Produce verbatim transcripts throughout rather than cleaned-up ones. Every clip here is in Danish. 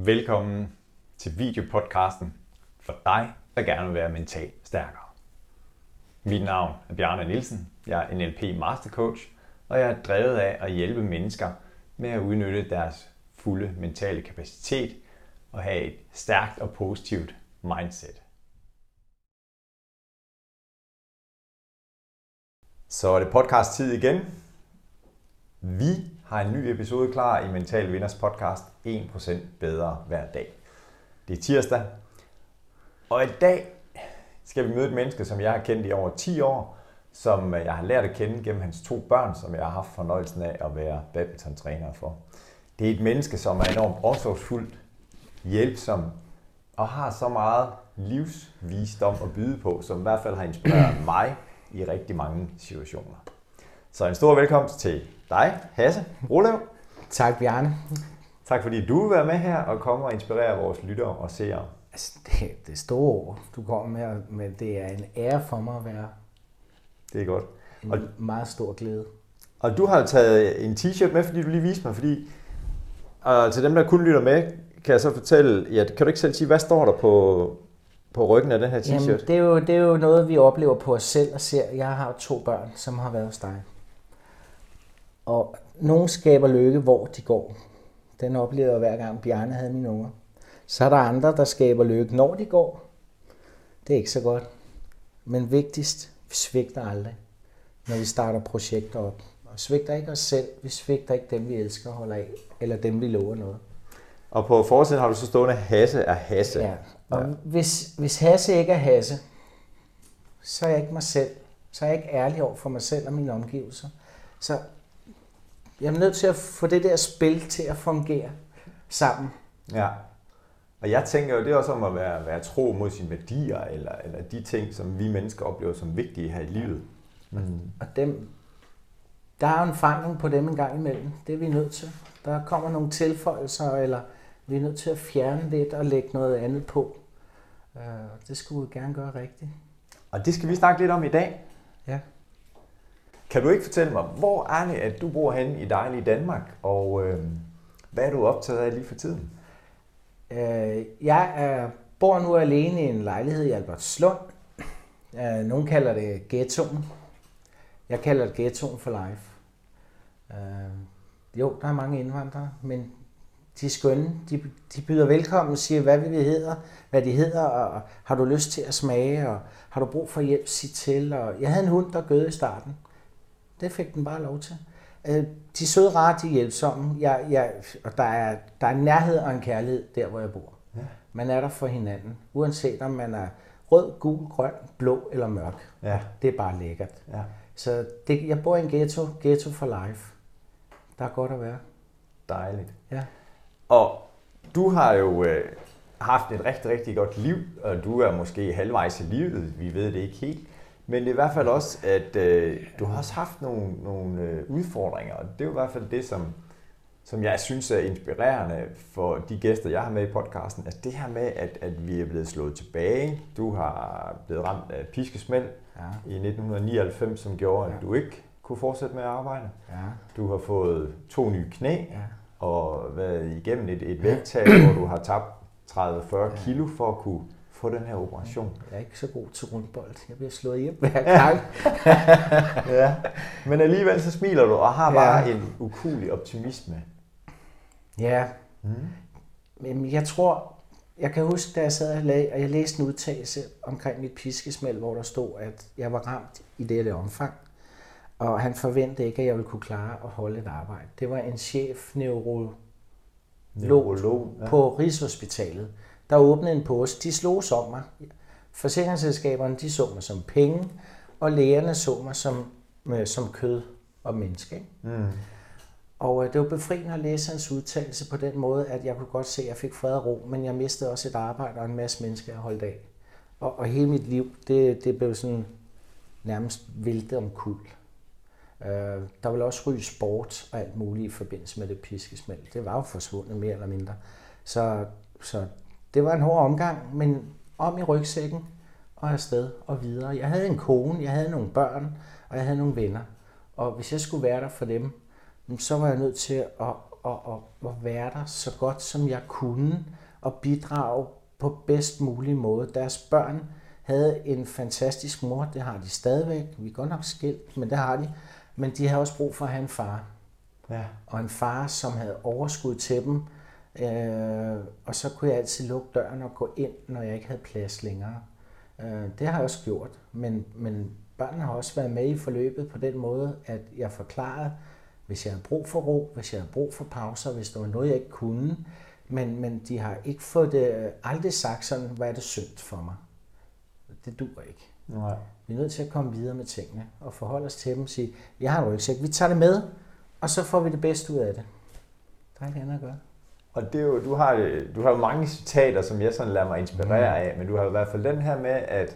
Velkommen til videopodcasten for dig, der gerne vil være mentalt stærkere. Mit navn er Bjarne Nielsen. Jeg er N L P Mastercoach, og jeg er drevet af at hjælpe mennesker med at udnytte deres fulde mentale kapacitet og have et stærkt og positivt mindset. Så er det podcast-tid igen. Vi har en ny episode klar i Mental Vinders podcast en procent bedre hver dag. Det er tirsdag, og i dag skal vi møde et menneske, som jeg har kendt i over ti år, som jeg har lært at kende gennem hans to børn, som jeg har haft fornøjelsen af at være badmintontræner for. Det er et menneske, som er enormt omsorgsfuldt, hjælpsom og har så meget livsvisdom at byde på, som i hvert fald har inspireret mig i rigtig mange situationer. Så en stor velkomst til dig, Hasse Brolev. Tak, Bjarne. Tak fordi du vil være med her og komme og inspirere vores lyttere og seere. Altså, det, det er store ord, du kommer med, men det er en ære for mig at være. Det er godt. En og, meget stor glæde. Og du har taget en t-shirt med, fordi du lige viste mig, fordi og til dem, der kun lytter med, kan jeg så fortælle, ja, kan du ikke selv sige, hvad står der på, på ryggen af den her t-shirt? Jamen, det, er jo, det er jo noget, vi oplever på os selv og ser. Jeg har to børn, som har været hos dig. Og nogen skaber lykke, hvor de går. Den oplever jeg hver gang Bjarne havde mine unger. Så er der andre, der skaber lykke, når de går. Det er ikke så godt. Men vigtigst, vi svigter aldrig, når vi starter projekter op. Og svigter ikke os selv, vi svigter ikke dem, vi elsker og holder af, eller dem, vi lover noget. Og på forsiden har du så stående, Hasse er Hasse. Ja, og ja. Hvis, hvis Hasse ikke er Hasse, så er jeg ikke mig selv. Så er jeg ikke ærlig over for mig selv og mine omgivelser. Så jeg er nødt til at få det der spil til at fungere sammen. Ja, og jeg tænker jo, det er også om at være, være tro mod sine værdier, eller, eller de ting, som vi mennesker oplever som vigtige her i livet. Mm. Og dem, der er en forandring på dem en gang imellem. Det er vi nødt til. Der kommer nogle tilføjelser, eller vi er nødt til at fjerne lidt og lægge noget andet på. Uh, det skulle vi gerne gøre rigtigt. Og det skal vi snakke lidt om i dag. Ja. Kan du ikke fortælle mig, hvor er det, at du bor henne i dejlige Danmark, og øh, hvad er du optaget af lige for tiden? Uh, jeg er, bor nu alene i en lejlighed i Albertslund. Uh, nogen kalder det ghettoen. Jeg kalder det ghettoen for life. Uh, jo, der er mange indvandrere, men de er skønne. De, de byder velkommen, siger, hvad vi hedder, hvad de hedder, og har du lyst til at smage, og har du brug for hjælp, sig til. Og jeg havde en hund, der gød i starten. Det fik den bare lov til. Uh, de er søde, rare, de er hjælpsomme. Jeg, jeg, og der er, der er en nærhed og en kærlighed der, hvor jeg bor. Ja. Man er der for hinanden, uanset om man er rød, gul, grøn, blå eller mørk. Ja. Det er bare lækkert. Ja. Så det, jeg bor i en ghetto, ghetto for life. Der er godt at være. Dejligt. Ja. Og du har jo øh, haft et rigtig, rigtig godt liv, og du er måske halvvejs i livet, vi ved det ikke helt. Men det er i hvert fald også, at øh, du har også haft nogle, nogle øh, udfordringer, og det er jo i hvert fald det, som, som jeg synes er inspirerende for de gæster, jeg har med i podcasten, at det her med, at, at vi er blevet slået tilbage. Du har blevet ramt af piskesmæld ja. i nitten nioghalvfems, som gjorde, at ja. du ikke kunne fortsætte med at arbejde. Ja. Du har fået to nye knæ, ja. og været igennem et, et vægttab, hvor du har tabt tredive til fyrre kilo for at kunne få den her operation. Jeg er ikke så god til rundbold. Jeg bliver slået hjem hver gang. ja. Men alligevel så smiler du og har bare ja. en ukuelig optimisme. Ja. Mm. Men jeg tror, jeg kan huske, da jeg sad og, lag, og jeg læste en udtalelse omkring mit piskesmæld, hvor der stod, at jeg var ramt i det der omfang. Og han forventede ikke, at jeg ville kunne klare at holde et arbejde. Det var en chef, neurolog, neurolog ja. på Rigshospitalet, der åbnede en pose. De slog om mig. Forsikringsselskaberne, de så mig som penge, og lægerne så mig som, som kød og menneske. Mm. Og det var befriende at læse hans udtalelse på den måde, at jeg kunne godt se, at jeg fik fred og ro, men jeg mistede også et arbejde og en masse mennesker, jeg holdt af. Og, og hele mit liv, det, det blev sådan nærmest væltet omkuld. Uh, der ville også ryge sport og alt muligt i forbindelse med det piskesmæld. Det var jo forsvundet mere eller mindre. Så, så det var en hård omgang, men om i rygsækken og afsted og videre. Jeg havde en kone, jeg havde nogle børn, og jeg havde nogle venner. Og hvis jeg skulle være der for dem, så var jeg nødt til at at, at, at være der så godt, som jeg kunne, og bidrage på bedst mulig måde. Deres børn havde en fantastisk mor, det har de stadigvæk. Vi er godt nok skilt, men det har de. Men de havde også brug for at have en far. Ja. Og en far, som havde overskud til dem. Øh, og så kunne jeg altid lukke døren og gå ind, når jeg ikke havde plads længere. Øh, det har jeg også gjort. Men, men børnene har også været med i forløbet på den måde, at jeg forklarede, hvis jeg havde brug for ro, hvis jeg havde brug for pauser, hvis der var noget, jeg ikke kunne. Men, men de har ikke fået det, aldrig sagt sådan, hvad er det synd for mig. Det duer ikke. Nej. Vi er nødt til at komme videre med tingene og forholde os til dem og sige, jeg har rygsæk, vi tager det med, og så får vi det bedste ud af det. Der er ikke andet at gøre. Og det er jo, du har du har jo mange citater, som jeg sådan lader mig inspirere af, men du har i hvert fald den her med, at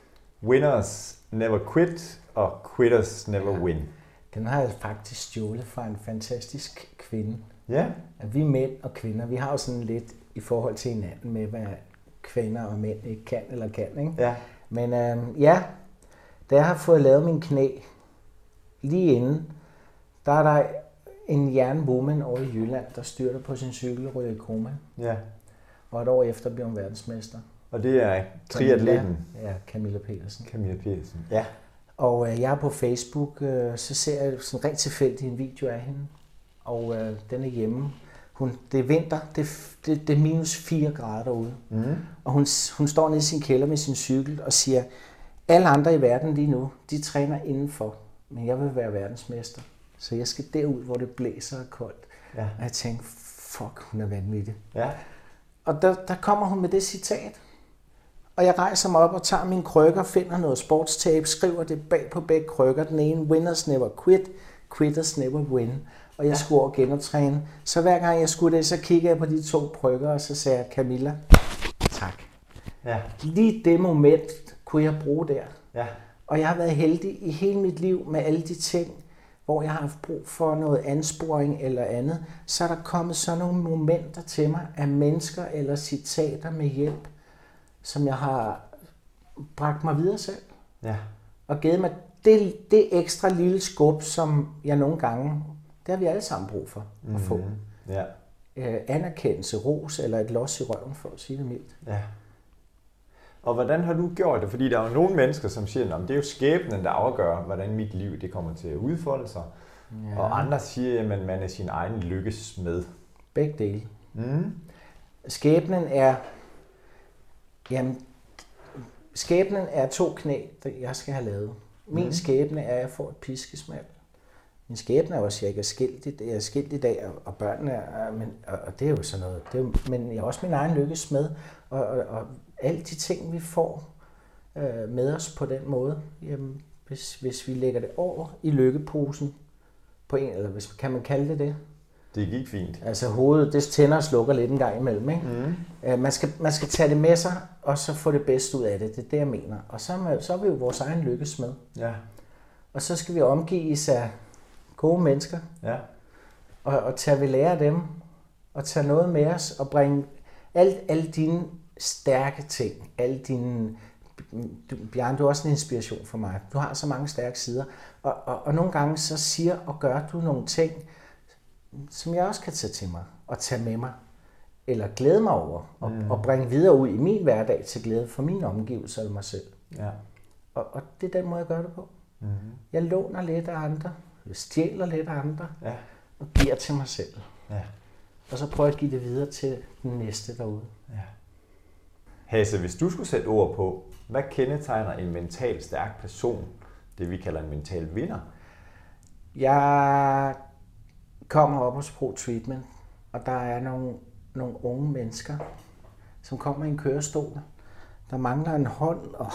winners never quit, og quitters never ja. win. Den har jeg faktisk stjålet fra en fantastisk kvinde. Ja. At vi mænd og kvinder, vi har jo sådan lidt i forhold til hinanden med, hvad kvinder og mænd ikke kan eller kan. Ikke? Ja. Men øh, ja, da jeg har fået lavet min knæ, lige inden, der er der en jernwoman over i Jylland, der styrter på sin cykel og ryger i koma. Ja. Og et år efter bliver hun verdensmester. Og det er triatleten? Ja, Camilla Pedersen. Camilla Pedersen, ja. Og øh, jeg er på Facebook, øh, så ser jeg sådan rent tilfældigt en video af hende. Og øh, den er hjemme. Hun, det er vinter, det, det, det er minus fire grader derude. Mm. Og hun, hun står nede i sin kælder med sin cykel og siger, alle andre i verden lige nu, de træner indenfor, men jeg vil være verdensmester. Så jeg skal derud, hvor det blæser og koldt. Ja. Og jeg tænkte, fuck, hun er vanvittig. Ja. Og der, der kommer hun med det citat. Og jeg rejser mig op og tager mine krykker, finder noget sportstape, skriver det bag på begge krykker. Den ene, winners never quit, quitters never win. Og jeg ja. skulle over genoptræne. Så hver gang jeg skulle det, så kiggede jeg på de to krykker, og så sagde jeg, Camilla, tak. Ja. Lige det moment kunne jeg bruge der. Ja. Og jeg har været heldig i hele mit liv med alle de ting, hvor jeg har haft brug for noget ansporing eller andet. Så er der kommet sådan nogle momenter til mig af mennesker eller citater med hjælp, som jeg har bragt mig videre selv. Ja. Og givet mig det, det ekstra lille skub, som jeg nogle gange, det har vi alle sammen brug for at få. Mm-hmm. Ja. Øh, anerkendelse, ros eller et los i røven, for at sige det mildt. Ja. Og hvordan har du gjort det? Fordi der er jo nogle mennesker, som siger, at det er jo skæbnen, der afgør, hvordan mit liv det kommer til at udfolde sig. Ja. Og andre siger, at man er sin egen lykkesmed. Begge dele. Mm. Skæbnen er, jamen, skæbnen er to knæ, jeg skal have lavet. Min mm. skæbne er, at jeg får et piskesmald. Min skæbne er også, at jeg ikke er skilt i, jeg er skilt i dag, og, og børnene er, men, og, og det er jo sådan noget. Det er jo, men jeg er også min egen lykkesmed, og, og, og alle de ting, vi får øh, med os på den måde, jamen, hvis, hvis vi lægger det over i lykkeposen, på en, eller hvis, kan man kalde det det? Det gik fint. Altså hovedet, det tænder og slukker lidt en gang imellem. Ikke? Mm. Øh, man, skal, man skal tage det med sig, og så få det bedste ud af det. Det er det, jeg mener. Og så er, så er vi jo vores egen lykkesmed. Ja. Og så skal vi omgives af gode mennesker, ja. og, og tage ved lære af dem, og tage noget med os, og bringe alle, alle dine stærke ting, alle dine... Du, Bjarne, du er også en inspiration for mig. Du har så mange stærke sider, og, og, og nogle gange så siger og gør du nogle ting, som jeg også kan tage til mig, og tage med mig, eller glæde mig over, og, mm. og bringe videre ud i min hverdag til glæde for mine omgivelser eller mig selv. Ja. Og, og det er den måde, jeg gør det på. Mm. Jeg låner lidt af andre, jeg stjæler lidt af andre, ja. og giver til mig selv. Ja. Og så prøver jeg at give det videre til den næste derude. Ja. Hasse, hvis du skulle sætte ord på, hvad kendetegner en mentalt stærk person, det vi kalder en mental vinder? Jeg kommer op hos Pro Treatment, og der er nogle, nogle unge mennesker, som kommer i en kørestol. Der mangler en hånd, og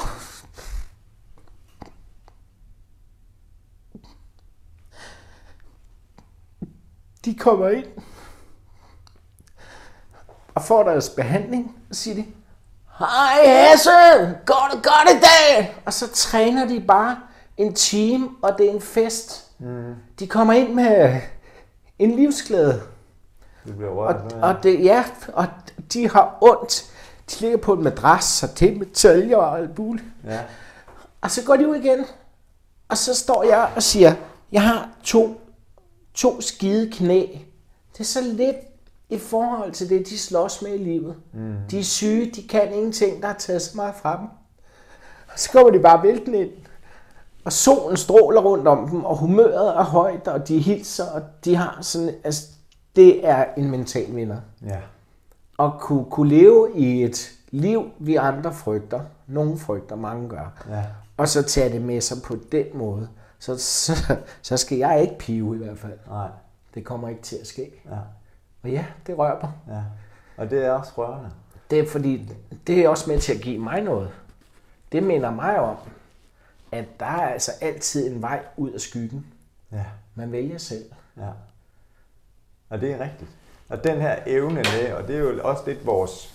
de kommer ind og får deres behandling, og siger de, hej Hasse, går det godt i dag? Og så træner de bare en time, og det er en fest. Mm. De kommer ind med en livsglæde. Det bliver rørt, og, og, det, ja, og de har ondt. De ligger på en madras, og det er metaljer og alt muligt. Ja. Og så går de ud igen, og så står jeg og siger, jeg har to, to skide knæ, Det er så lidt i forhold til det, de slås med i livet. Mm. De er syge, de kan ingenting, der har taget så meget fra dem. Og så kommer de bare vælten ind. Og solen stråler rundt om dem, og humøret er højt, og de hilser, og de har sådan, altså, det er en mental vinder. Ja. At kunne, kunne leve i et liv, vi andre frygter, nogle frygter, mange gør, ja. og så tage det med sig på den måde, så, så, så skal jeg ikke pive i hvert fald. Nej. Det kommer ikke til at ske. Ja. Og ja, det rører mig. Ja. Og det er også rørende. Det er fordi, det er også med til at give mig noget. Det minder mig om, at der er altså altid en vej ud af skyggen. Ja. Man vælger selv. Ja. Og det er rigtigt. Og den her evne med, og det er jo også lidt vores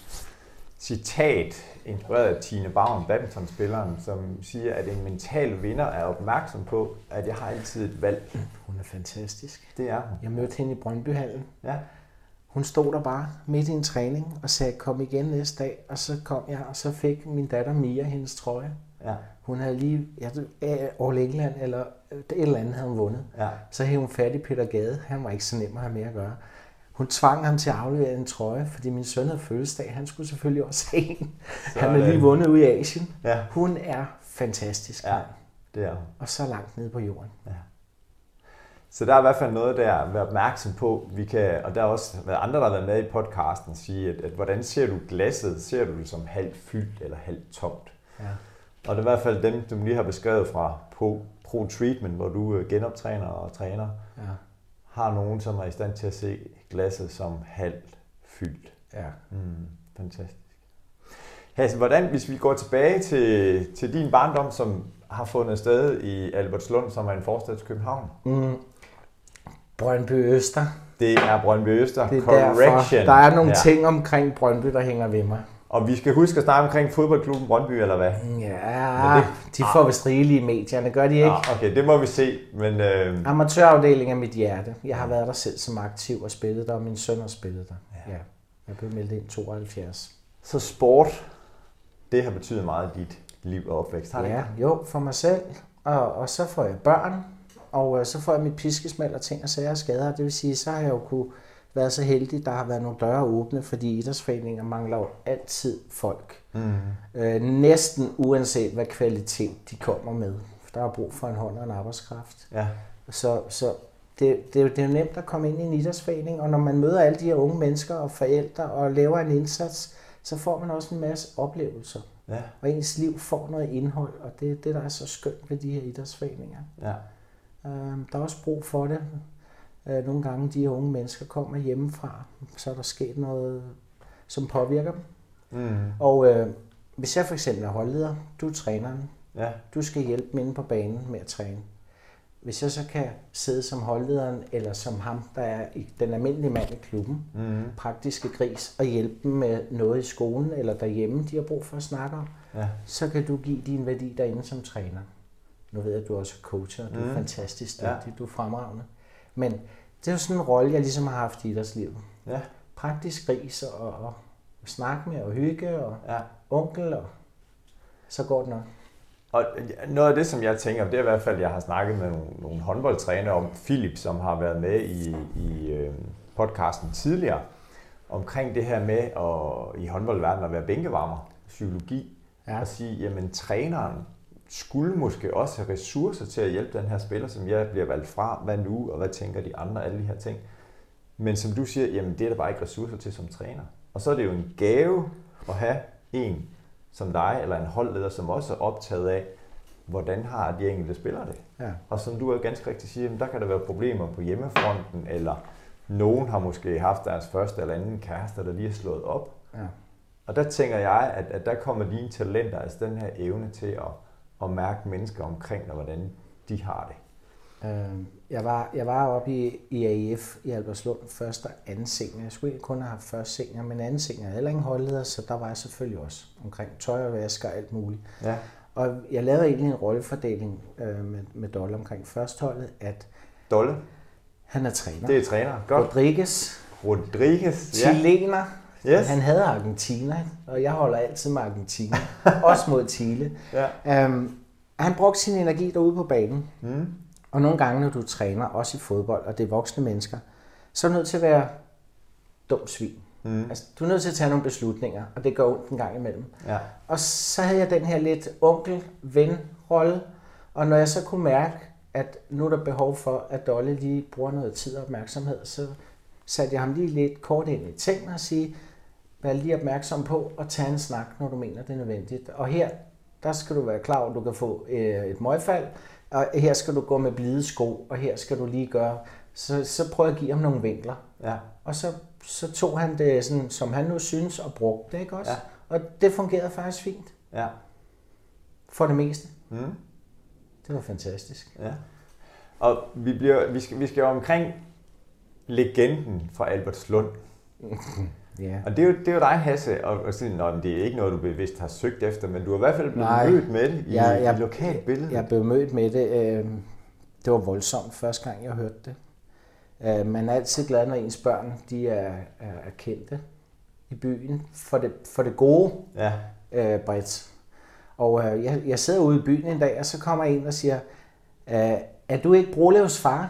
citat, inspireret af Tine Bavn, badmintonspilleren, som siger, at en mental vinder er opmærksom på, at jeg har altid et valg. Hun er fantastisk. Det er hun. Jeg mødte hende i Brøndbyhallen. Ja. Hun stod der bare midt i en træning og sagde, kom igen næste dag, og så kom jeg, og så fik min datter Mia hendes trøje. Ja. Hun havde lige, ja, All England, eller et eller andet havde hun vundet. Ja. Så havde hun fat i Peter Gade, han var ikke så nem at have med at gøre. Hun tvang ham til at aflevere en trøje, fordi min søn havde fødselsdag, han skulle selvfølgelig også have en. Han havde lige vundet ude i Asien. Ja. Hun er fantastisk. Ja, det er hun. Og så langt nede på jorden. Ja. Så der er i hvert fald noget der at være opmærksom på. Vi kan, og der har også været andre, der har været med i podcasten, sige, at, at hvordan ser du glasset? Ser du det som halvt fyldt eller halvt tomt? Ja. Og det er i hvert fald dem, du lige har beskrevet fra Pro, Pro Treatment, hvor du genoptræner og træner, ja. Har nogen, som er i stand til at se glasset som halvt fyldt. Ja. Mm, fantastisk. Hasse, hvordan, hvis vi går tilbage til, til din barndom, som har fundet sted i Albertslund, som er en forstad til København? Mm. Brøndby Øster. Det er Brøndby Øster. Det er correction. Derfor. Der er nogle ja. ting omkring Brøndby, der hænger ved mig. Og vi skal huske at snakke omkring fodboldklubben Brøndby, eller hvad? Ja, det, de får ah. vist rigelige i medierne, gør de ikke? Ah, okay, det må vi se. Men, øh... Amatørafdeling af mit hjerte. Jeg har været der selv som aktiv og spillet der, og min søn har spillet der. Ja. Ja. Jeg blev meldt ind tooghalvfjerds. Så sport, det har betydet meget i dit liv og opvækst, har det ja, ikke? Jo, for mig selv. Og, og så får jeg børn, og øh, så får jeg mit piskesmæld og ting og sager og skader. Det vil sige, så har jeg jo kunne været så heldig, der har været nogle døre åbne, fordi idrætsforeninger mangler jo altid folk. Mm. Øh, næsten uanset hvad kvalitet de kommer med. Der er brug for en hånd og en arbejdskraft. Ja. Så, så det, det, det er jo nemt at komme ind i en idrætsforening, og når man møder alle de her unge mennesker og forældre og laver en indsats, så får man også en masse oplevelser. Ja. Og ens liv får noget indhold, og det er det, der er så skønt ved de her idrætsforeninger. Ja. Øh, der er også brug for det. Nogle gange de unge mennesker kommer hjemmefra, så er der sket noget, som påvirker dem. Mm. Og øh, hvis jeg for eksempel er holdleder, du er træneren, ja. Du skal hjælpe dem inde på banen med at træne. Hvis jeg så kan sidde som holdlederen, eller som ham, der er den almindelige mand i klubben, mm. praktiske gris, og hjælpe dem med noget i skolen eller derhjemme, de har brug for at snakke om, ja. Så kan du give din værdi derinde som træner. Nu ved jeg, at du også er coacher, du er mm. fantastisk dygtig, ja. Du er fremragende. Men det er jo sådan en rolle, jeg ligesom har haft i idrætslivet. Ja. Praktisk gris og, og snakke med og hygge og ja. Onkel, og så går det nok. Og noget af det, som jeg tænker, det er i hvert fald, jeg har snakket med nogle, nogle håndboldtrænere om, Philip, som har været med i, i øh, podcasten tidligere, omkring det her med at, i håndboldverdenen at være bænkevarmer, psykologi, ja. Og sige, jamen træneren skulle måske også have ressourcer til at hjælpe den her spiller, som jeg bliver valgt fra, hvad nu, og hvad tænker de andre, alle de her ting. Men som du siger, jamen det er der bare ikke ressourcer til som træner. Og så er det jo en gave at have en som dig, eller en holdleder, som også er optaget af, hvordan har de enkelte spillere det. Ja. Og som du er ganske rigtig siger, jamen, der kan der være problemer på hjemmefronten, eller nogen har måske haft deres første eller anden kæreste, der lige er slået op. Ja. Og der tænker jeg, at, at der kommer dine talenter, altså den her evne til at og mærke mennesker omkring, og hvordan de har det. Jeg var, jeg var oppe i, i A I F i Albertslund, første og anden senior. Jeg skulle ikke kun have haft første senior, men anden senior havde heller ingen holdleder, så der var jeg selvfølgelig også omkring tøj og vasker og alt muligt. Ja. Og jeg lavede egentlig en rollefordeling øh, med, med Dolle omkring førsteholdet, at Dolle? Han er træner. Det er træner, godt. Rodriguez. Rodriguez, ja. Chilener. Yes. Han havde Argentina, og jeg holder altid med Argentina, også mod Chile. Ja. Um, han brugte sin energi derude på banen, mm. og nogle gange, når du træner, også i fodbold, og det er voksne mennesker, så er du nødt til at være dum svin. Mm. Altså, du er nødt til at tage nogle beslutninger, og det gør ondt en gang imellem. Ja. Og så havde jeg den her lidt onkel-ven-rolle, og når jeg så kunne mærke, at nu er der behov for, at Dolly lige bruger noget tid og opmærksomhed, så satte jeg ham lige lidt kort ind i tingene og sige, vær lige opmærksom på at tage en snak, når du mener, det er nødvendigt. Og her, der skal du være klar over, at du kan få øh, et møgfald, og her skal du gå med blide sko, og her skal du lige gøre. Så, så prøv at give ham nogle vinkler. Ja. Og så, så tog han det, sådan, som han nu synes, og brugte det, ikke også? Ja. Og det fungerede faktisk fint. Ja. For det meste. Mm. Det var fantastisk. Ja. Og vi, bliver, vi, skal, vi skal jo omkring legenden fra Albertslund. Ja. Og det er jo, det er jo dig, Hasse, og, og sådan, nå, det er ikke noget, du bevidst har søgt efter, men du har i hvert fald blevet Nej. mødt med det i, jeg, jeg, i lokalt billede. Jeg blev mødt med det. Øh, det var voldsomt første gang, jeg hørte det. Øh, man er altid glad, når ens børn de er, er, er kendte i byen for det, for det gode, ja. øh, Britt. Og øh, jeg, jeg sidder ude i byen en dag, og så kommer en og siger, øh, er du ikke Brolevs far?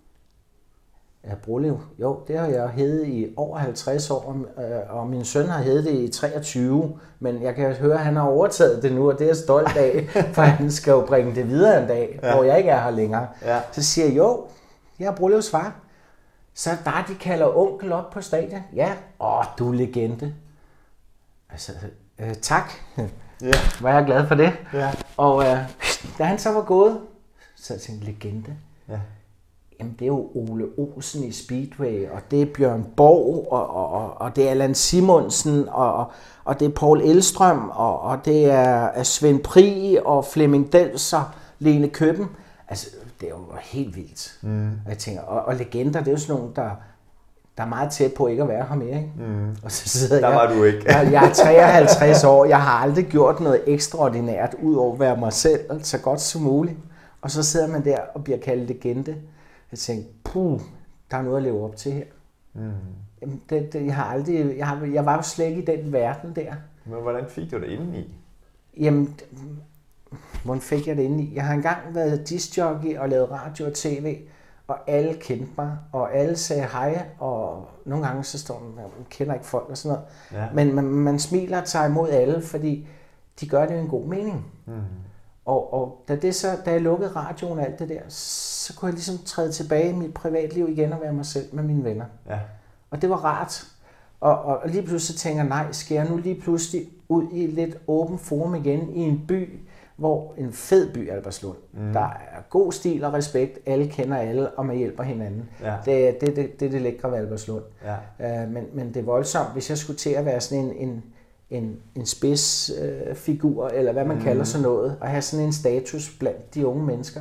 Ja, Brolev. Jo, det har jeg heddet i over halvtreds år, øh, og min søn har heddet det i treogtyve, men jeg kan høre, at han har overtaget det nu, og det er jeg stolt af, for han skal jo bringe det videre en dag, ja. Hvor jeg ikke er her længere. Ja. Så siger jeg, jo, jeg er Brolevs far. Så der, de kalder onkel op på stadion. Ja, åh, du er legende. Altså, øh, tak. Ja. Var jeg glad for det. Ja. Og øh, da han så var gået, så tænkte jeg, legende. Ja. Jamen, det er jo Ole Olsen i Speedway, og det er Bjørn Borg, og, og, og det er Allan Simonsen, og, og det er Paul Elstrøm, og, og det er Svend Pri, og Flemming Dels, og Lene Køben. Altså, det er jo helt vildt. Mm. Og jeg tænker, og, og legender, det er jo sådan nogle, der, der er meget tæt på ikke at være her mere, ikke? Mm. Og så sidder der jeg, var du ikke. jeg, jeg er treoghalvtreds år, jeg har aldrig gjort noget ekstraordinært, ud over at være mig selv, så godt som muligt. Og så sidder man der og bliver kaldt legende. Jeg tænkte, puh, der er noget at leve op til her. Mm. Jamen, det, det, jeg har aldrig, jeg, har, jeg var jo slet ikke i den verden der. Men hvordan fik du det indeni? Jamen, hvordan fik jeg det indeni? Jeg har engang været discjockey og lavet radio og tv, og alle kendte mig, og alle sagde hej, og nogle gange så står man, man kender ikke folk og sådan noget. Ja. Men man, man smiler og tager imod alle, fordi de gør det jo en god mening. Mm. Og, og da, det så, da jeg lukkede radioen og alt det der, så kunne jeg ligesom træde tilbage i mit privatliv igen og være mig selv med mine venner. Ja. Og det var rart. Og, og, og lige pludselig tænker jeg, nej, skal jeg nu lige pludselig ud i et lidt åbent forum igen i en by, hvor en fed by, Albertslund. Mm. Der er god stil og respekt, alle kender alle, og man hjælper hinanden. Ja. Det er det, det, det, det lækre ved Albertslund. Ja. Uh, men, men det er voldsomt, hvis jeg skulle til at være sådan en, en, en, en spidsfigur, øh, eller hvad man mm. kalder sådan noget, og have sådan en status blandt de unge mennesker.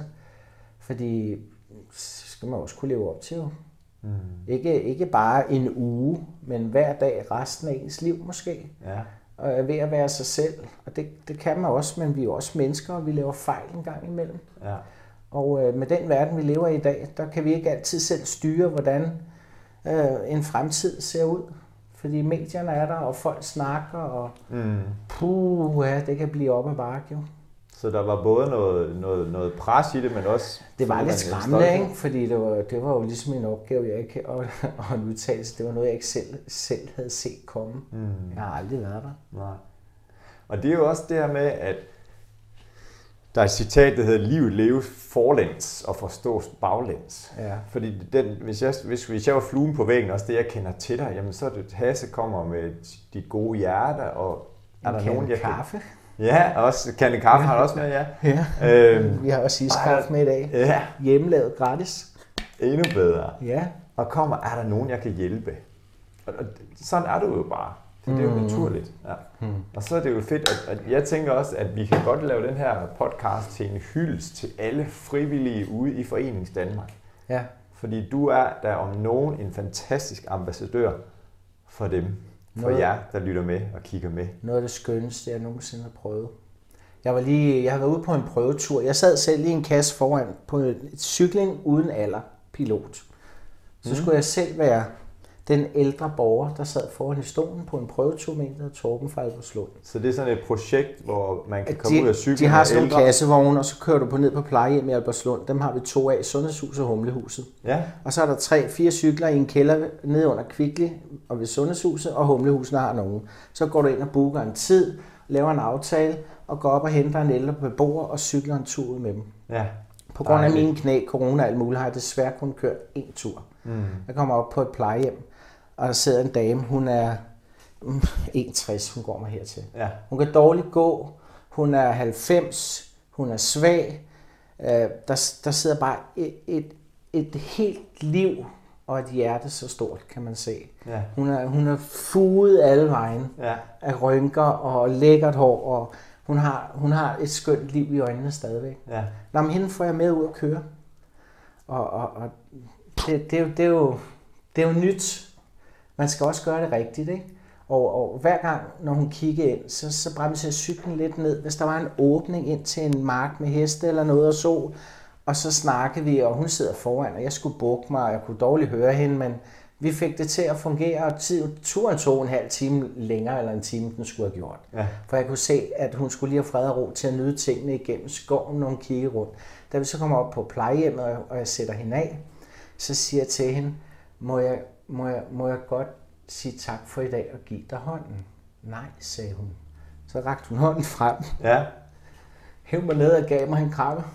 Fordi så skal man også kunne leve op til jo. Mm. Ikke, ikke bare en uge, men hver dag resten af ens liv måske. Ja. Og ved at være sig selv. Og det, det kan man også, men vi er jo også mennesker, og vi laver fejl en gang imellem. Ja. Og øh, med den verden, vi lever i i dag, der kan vi ikke altid selv styre, hvordan øh, en fremtid ser ud. Fordi medierne er der, og folk snakker, og mm. puh, ja, det kan blive op ad bakke jo. Så der var både noget, noget, noget pres i det, men også... Det var lidt skræmmende, ikke? Fordi det var, det var jo ligesom en opgave, jeg ikke... Og, og en udtalelse, det var noget, jeg ikke selv, selv havde set komme. Mm. Jeg har aldrig været der. Nej. Og det er jo også det her med, at der er et citat, der hedder, livet leves forlæns og forstås baglæns. Ja. Fordi den, hvis, jeg, hvis, hvis jeg var fluen på væggen, også det jeg kender til dig, jamen så er det, Hasse kommer med dit gode hjerte, og er en der nogen, jeg kaffe. Kan... Ja, også kande kaffe har du også med, ja. Ja, øhm, vi har også iskaffe med i dag. Ja. Hjemmelavet gratis. Endnu bedre. Ja. Og kommer, er der nogen, jeg kan hjælpe? Og, og sådan er du jo bare. Det, det er jo mm. naturligt. Ja. Mm. Og så er det jo fedt, at, at jeg tænker også, at vi kan godt lave den her podcast til en hyldest til alle frivillige ude i Forenings Danmark. Ja. Fordi du er der om nogen en fantastisk ambassadør for dem. For noget, jer, der lytter med og kigger med. Noget af det skønneste, jeg nogensinde har prøvet. Jeg var lige, jeg har været ude på en prøvetur. Jeg sad selv i en kasse foran på et cykling uden alder, pilot. Så mm. skulle jeg selv være den ældre borger, der sad foran i stolen på en prøvetur med en, der hedder Torben fra Albertslund. Så det er sådan et projekt, hvor man kan komme de, ud og cykle De har sådan nogle kassevogne, og så kører du på ned på plejehjem i Albertslund. Dem har vi to af, Sundhedshuset og Humlehuset. Ja. Og så er der tre, fire cykler i en kælder nede under Kvickly og ved Sundhedshuset, og Humlehusene har nogen. Så går du ind og booker en tid, laver en aftale, og går op og henter en ældre beboer og cykler en tur ud med dem. Ja. På grund af mine knæ, corona og alt muligt, har jeg desværre kun kørt én tur. Mm. Jeg kommer op på et plejehjem, og der sidder en dame, hun er enogtres, hun går mig hertil. Ja. Hun kan dårligt gå, hun er halvfems, hun er svag. Der, der sidder bare et, et, et helt liv og et hjerte så stort, kan man se. Ja. Hun er, hun er fuget alle vejen ja. af rynker og lækkert hår, og hun har, hun har et skønt liv i øjnene stadigvæk. Ja. Nå, men hende får jeg med ud at køre. Og, og, og det, det, er jo, det, er jo, det er jo nyt. Man skal også gøre det rigtigt, ikke? Og, og hver gang, når hun kigger ind, så, så bremser jeg cyklen lidt ned. Hvis der var en åbning ind til en mark med heste eller noget og sol, og så snakkede vi, og hun sidder foran, og jeg skulle bukke mig, og jeg kunne dårligt høre hende, men vi fik det til at fungere, og turen tog en halv time længere, eller en time, den skulle have gjort. Ja. For jeg kunne se, at hun skulle lige have fred og ro til at nyde tingene igennem skoven, når hun kiggede rundt. Da vi så kommer op på plejehjemmet, og jeg sætter hende af, så siger jeg til hende, må jeg, må jeg, må jeg godt sige tak for i dag og give dig hånden? Nej, sagde hun. Så rakte hun hånden frem. Ja. Hæv mig ned og gav mig en kramme.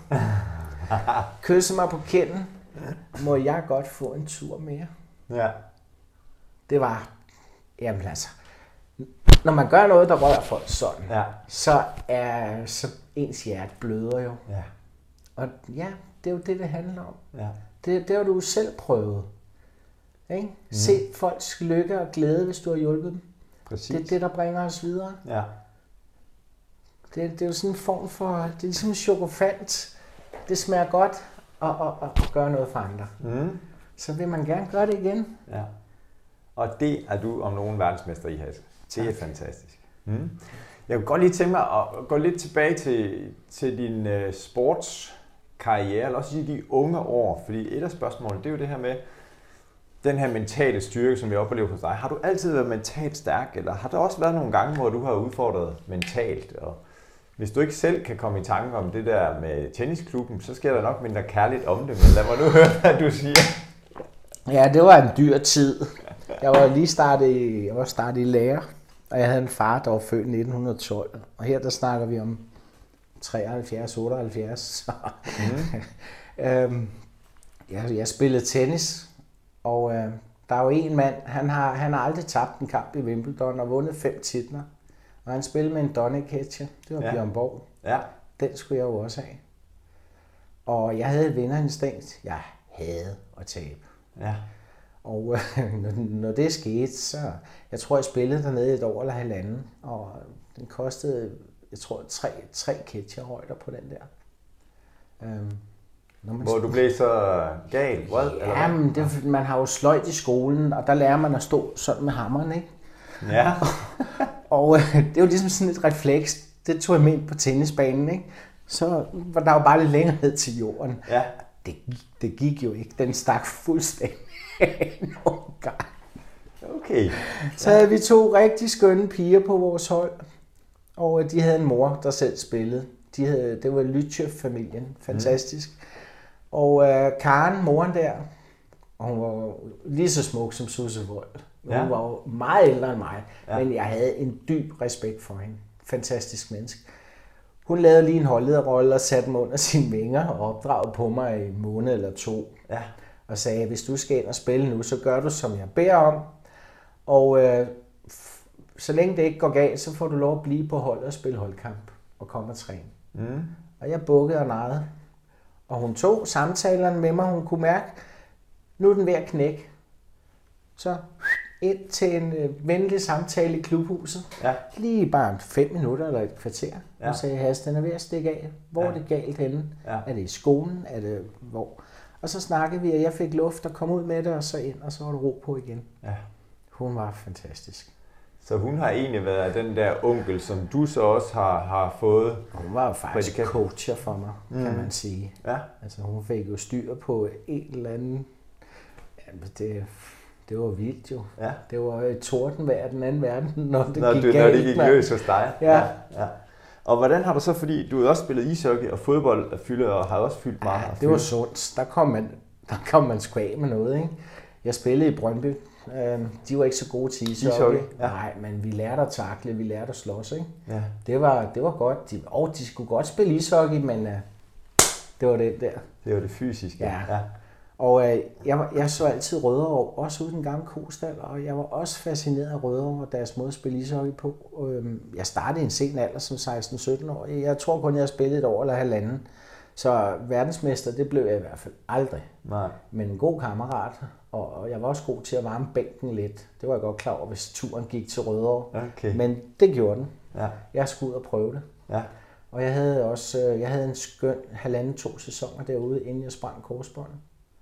Kysse mig på kinden. Må jeg godt få en tur mere? Ja. Det var, jamen altså, når man gør noget, der rører folk sådan, ja. så er så ens hjerte bløder jo. Ja. Og ja, det er jo det, det handler om. Ja. Det, det har du selv prøvet. Ikke? Mm. Se folks lykke og glæde, hvis du har hjulpet dem. Præcis. Det er det, der bringer os videre. Ja. Det, det er jo sådan en form for, det er ligesom en chokofant. Det smager godt og, og, og gøre noget for andre. Mm. Så vil man gerne gøre det igen. Ja. Og det er du om nogen verdensmester i, Hasse. Det er fantastisk. Mm. Jeg kunne godt lige tænke mig at gå lidt tilbage til, til din uh, sportskarriere, eller også i de unge år. Fordi et af spørgsmålene, det er jo det her med den her mentale styrke, som jeg oplever hos dig. Har du altid været mentalt stærk, eller har der også været nogle gange, hvor du har udfordret mentalt? Og hvis du ikke selv kan komme i tanke om det der med tennisklubben, så sker der nok mindre kærligt om det, men lad mig nu høre, hvad du siger. Ja, det var en dyr tid. Jeg var lige startet i, jeg var startet i lære, og jeg havde en far, der var født i nitten tolv. Og her der snakker vi om treoghalvfjerds otteoghalvfjerds. Mm. øhm, jeg, jeg spillede tennis, og øh, der er jo en mand, han har, han har aldrig tabt en kamp i Wimbledon og vundet fem titler. Og han spillede med en Donny-catcher, det var ja. Bjørn Borg. Ja. Den skulle jeg jo også have. Og jeg havde et vinderinstinkt. Jeg havde at tabe. Ja. Og øh, når, når det skete, så... Jeg tror, jeg spillede dernede et år eller halvanden. Og den kostede, jeg tror, tre, tre catcherhøjder på den der. Øhm, når man Hvor du blev så gal, vred? Ja, men det, man har jo sløjt i skolen, og der lærer man at stå sådan med hammeren, ikke? Ja. Og øh, det er jo ligesom sådan et refleks. Det tog jeg med ind på tennisbanen, ikke? Så var der jo bare lidt længere ned til jorden. Ja. Det, det gik jo ikke. Den stak fuldstændig nogle gange. Okay. Så havde vi to rigtig skønne piger på vores hold. Og de havde en mor, der selv spillede. De havde, det var Lytjev-familien. Fantastisk. Mm. Og øh, Karen, moren der, og hun var lige så smuk som Susse Wold. Hun ja. var jo meget ældre end mig, ja. men jeg havde en dyb respekt for hende. Fantastisk menneske. Hun lavede lige en holdlederrolle og satte mig under sine vinger og opdragede på mig i en måned eller to. Ja. Og sagde, hvis du skal ind og spille nu, så gør du, som jeg beder om. Og øh, f- så længe det ikke går galt, så får du lov at blive på holdet og spille holdkamp og komme og træne. Mm. Og jeg bukkede og narrede. Og hun tog samtalerne med mig, hun kunne mærke, nu er den ved at knække. Så ind til en øh, venlig samtale i klubhuset. Ja. Lige bare fem minutter eller et kvarter. Ja. Hun sagde, Hasse, den er ved at stikke af. Hvor ja. er det galt henne? Ja. Er det i skolen? Er det hvor? Og så snakkede vi, og jeg fik luft og kom ud med det, og så ind, og så var det ro på igen. Ja. Hun var fantastisk. Så hun har egentlig været den der onkel, som du så også har, har fået? Hun var jo faktisk prædikat. Coacher for mig, mm. kan man sige. Ja. Altså hun fik jo styr på en eller anden... Jamen, det, Det var vildt jo. Ja. Det var et tordenvejr den anden verden, når det når gik du, galt. Når det gik løs hos dig. Ja. Ja, ja. Og hvordan har du så, fordi du har også spillet ishockey og fodbold og fylder og har også fyldt meget. Ja, det var sundt. Der kom man, der kom man sgu af med noget, ikke? Jeg spillede i Brøndby. De var ikke så gode til ishockey. ishockey ja. Nej, men vi lærte at takle, vi lærte at slås, ikke? Ja. Det var, det var godt. De, og de skulle godt spille ishockey, men uh, det var det der. Det var det fysiske. Ja. ja. Og uh, jeg, var, jeg så altid Rødovre, også ude i den gamle Kostal, og jeg var også fascineret af Rødovre og deres måde at spille ishockey på. Jeg startede i en sen alder som seksten sytten år. Jeg tror kun, jeg har spillet et år eller halvanden. Så verdensmester, det blev jeg i hvert fald aldrig. Nej. Men en god kammerat, og jeg var også god til at varme bænken lidt. Det var jeg godt klar over, hvis turen gik til Rødovre. Okay. Men det gjorde den. Ja. Jeg skulle ud og prøve det. Ja. Og jeg havde også jeg havde en skøn halvanden to sæsoner derude, inden jeg sprang korsbåndet.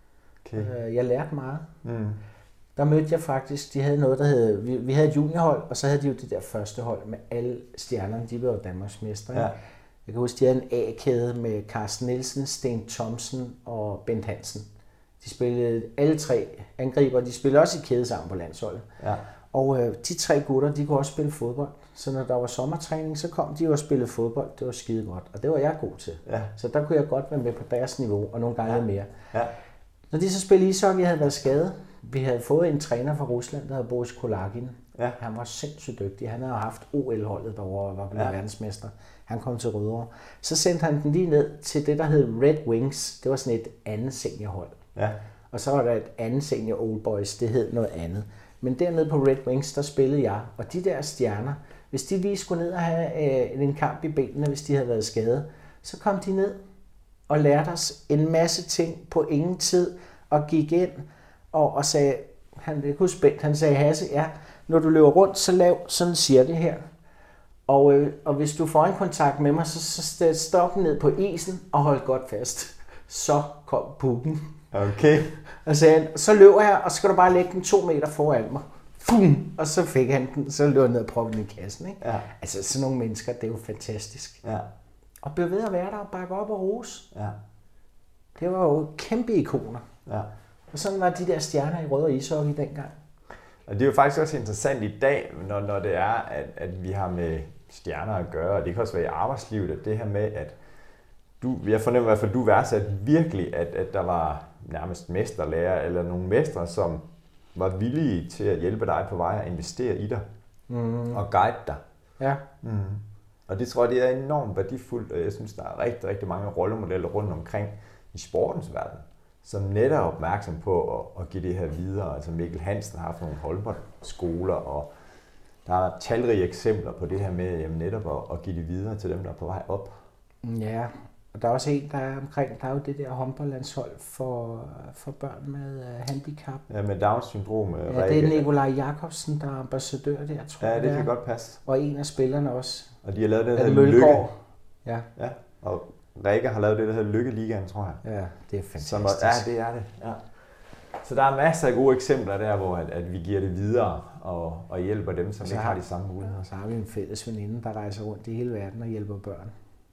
Okay. Jeg lærte meget. Mm. Der mødte jeg faktisk, de havde noget, der hed, vi, vi havde et juniorhold, og så havde de jo det der første hold med alle stjernerne, de var jo Danmarksmestre. Ja. Jeg kan huske, de havde en A-kæde med Carsten Nielsen, Sten Thomsen og Bent Hansen. De spillede alle tre angriber, de spillede også i kæde sammen på landsholdet. Ja. Og øh, de tre gutter, de kunne også spille fodbold. Så når der var sommertræning, så kom de jo og spillede fodbold. Det var skide godt, og det var jeg god til. Ja. Så der kunne jeg godt være med på deres niveau, og nogle gange ja. mere. Ja. Når de så spillede ishockey, jeg havde været skadet. Vi havde fået en træner fra Rusland, der hed Boris Kulagin. Ja. Han var sindssygt dygtig. Han havde haft O L-holdet derovre og var blevet ja. verdensmester. Han kom til Rødovre. Så sendte han den lige ned til det, der hed Red Wings. Det var sådan et andet seniorhold. Ja. Og så var der et andet senior Old Boys. Det hed noget andet. Men dernede på Red Wings, der spillede jeg. Og de der stjerner, hvis de lige skulle ned og have øh, en kamp i benene, hvis de havde været skadet, så kom de ned og lærte os en masse ting på ingen tid og gik ind og, og sagde, han, jeg kunne spændt, han sagde, Hasse, ja, når du løber rundt, så lav sådan cirkel her. Og, øh, og hvis du får en kontakt med mig, så, så stop ned på isen og hold godt fast. Så kom pukken. Okay. Og sagde, så løber jeg, og så skal du bare lægge den to meter foran mig. Fum! Og så fik han den, så løb jeg ned og proppede den i kassen. Ikke? Ja. Altså sådan nogle mennesker, det er jo fantastisk. Ja. Og blive ved at være der og bakke op og rose. Ja. Det var jo kæmpe ikoner. Ja. Og sådan var de der stjerner i Rødovre ishockey dengang. Og det er jo faktisk også interessant i dag, når, når det er, at, at vi har med stjerner at gøre, og det kan også være i arbejdslivet, at det her med, at du, jeg fornemmer i hvert fald, at du værdsatte virkelig, at, at der var nærmest mesterlærer eller nogle mestre, som var villige til at hjælpe dig på vej og investere i dig mm. og guide dig. Ja. Mm. Og det tror jeg, det er enormt værdifuldt, og jeg synes, der er rigtig, rigtig mange rollemodeller rundt omkring i sportens verden, som netop er opmærksom på at, at give det her videre. Altså Mikkel Hansen har haft nogle Holbert-skoler, og der er talrige eksempler på det her med jamen, netop at, at give det videre til dem, der er på vej op. Ja, og der er også en, der er omkring, der er jo det der håndboldlandshold for, for børn med uh, handicap. Ja, med Downs-syndrom. Ja, det er Nikolaj Jakobsen, der er ambassadør der, tror jeg. Ja, det kan godt passe. Og en af spillerne også. Og de har lavet det, der hedder Lykke. Ja. Ja, og Rikke har lavet det, der hedder Lykkeligaen, tror jeg. Ja, det er fantastisk. Som, ja, det er det. Ja. Så der er masser af gode eksempler der, hvor at, at vi giver det videre og, og hjælper dem, som ikke har de samme muligheder. Og så har vi en fælles veninde, der rejser rundt i hele verden og hjælper børn.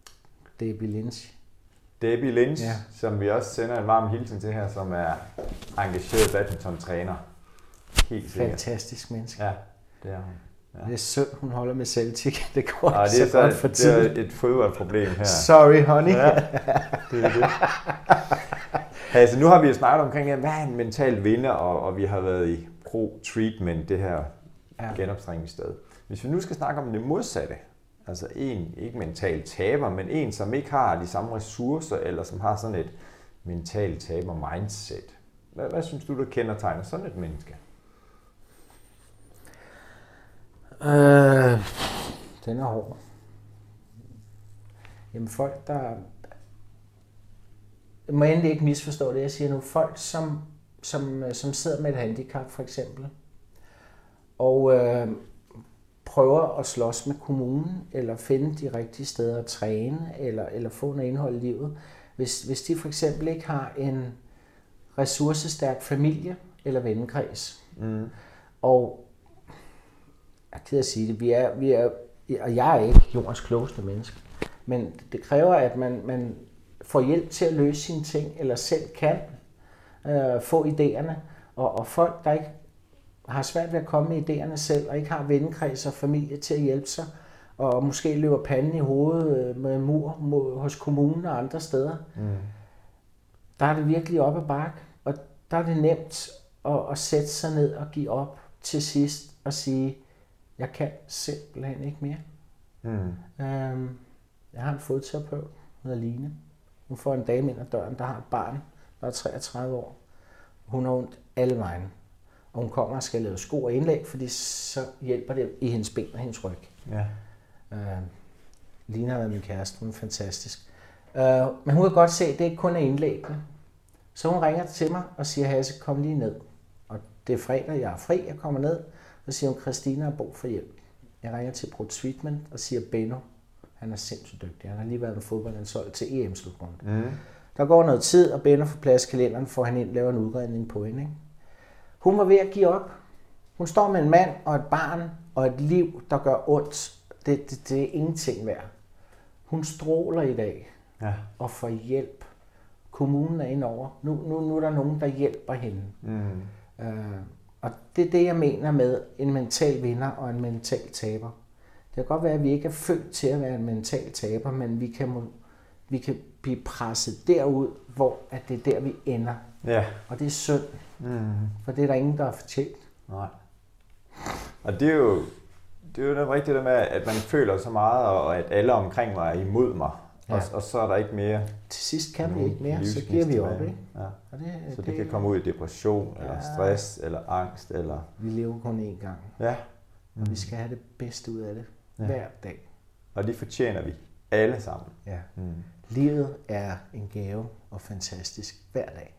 Debbie Lynch. Debbie Lynch, ja. Som vi også sender en varm hilsen til her, som er engageret badminton-træner. Helt sikkert. Fantastisk menneske. Ja, det er hun. Ja. Det er synd, hun holder med Celtic. Det går ja, det er så, så godt for tiden. Det er et fodboldproblem her. Sorry, honey. Ja, det er det. Altså, nu har vi jo snakket omkring, hvad er en mental vinder, og, og vi har været i pro-treatment, det her ja. genoptræningssted. Hvis vi nu skal snakke om det modsatte, altså en, ikke mental taber, men en, som ikke har de samme ressourcer, eller som har sådan et mental taber-mindset. Hvad, hvad synes du, der kendetegner sådan et menneske? Øh, den er hård. Jamen folk, der... Jeg må endelig ikke misforstå det, jeg siger nu. Folk, som, som, som sidder med et handicap, for eksempel, og øh, prøver at slås med kommunen, eller finde de rigtige steder at træne, eller, eller få noget indhold i livet. Hvis, hvis de for eksempel ikke har en ressourcestærk familie eller vennekreds, mm. og jeg er ked af at sige det, vi er, vi er, og jeg er ikke jordens klogeste menneske, men det kræver, at man, man får hjælp til at løse sine ting, eller selv kan øh, få idéerne, og, og folk, der ikke har svært ved at komme med idéerne selv, og ikke har vennekreds og familie til at hjælpe sig, og måske løber panden i hovedet med mur mod, hos kommunen og andre steder, mm. der er det virkelig op ad bakke, og der er det nemt at, at sætte sig ned og give op til sidst og sige, jeg kan simpelthen ikke mere. Mm. Øhm, jeg har en fodterapeut, der hedder Line. Hun får en dame ind ad døren, der har et barn, der er treogtredive år. Hun har ondt alle vejen. Og hun kommer og skal lave sko og indlæg, fordi så hjælper det i hendes ben og hendes ryg. Ja. Øh, Line har været min kæreste, hun er fantastisk. Øh, men hun kan godt se, at det ikke kun er indlæggene. Så hun ringer til mig og siger, Hasse, kom lige ned. Og det er fredag, jeg er fri, jeg kommer ned. Og siger hun, Christina har brug for hjælp. Jeg ringer til Brut Sweetman og siger, Benno, han er sindssygt dygtig. Han har lige været med fodboldlandshold til E M-slutrunden. Mm. Der går noget tid, og Benno får plads i kalenderen, får han ind laver en udredning på hende. Ikke? Hun var ved at give op. Hun står med en mand og et barn og et liv, der gør ondt. Det, det, det er ingenting værd. Hun stråler i dag ja. Og får hjælp. Kommunen er indover. Nu, nu, nu er der nogen, der hjælper hende. Mm. Uh, og det er det, jeg mener med en mental vinder og en mental taber. Det kan godt være, at vi ikke er født til at være en mental taber, men vi kan, vi kan blive presset derud, hvor at det er der, vi ender. Ja. Og det er synd, mm. for det er der ingen, der har fortjent. Nej. Og det er jo, det er jo rigtigt det med, at man føler så meget, og at alle omkring mig er imod mig. Ja. Og, og så er der ikke mere. Til sidst kan vi ikke mere, så giver vi op, ikke? Ja. Og det, så det, det kan komme ud i depression, ja. Eller stress, eller angst, eller... Vi lever kun én gang. Ja. Mm. Og vi skal have det bedste ud af det. Ja. Hver dag. Og det fortjener vi alle sammen. Ja. Mm. Livet er en gave og fantastisk hver dag.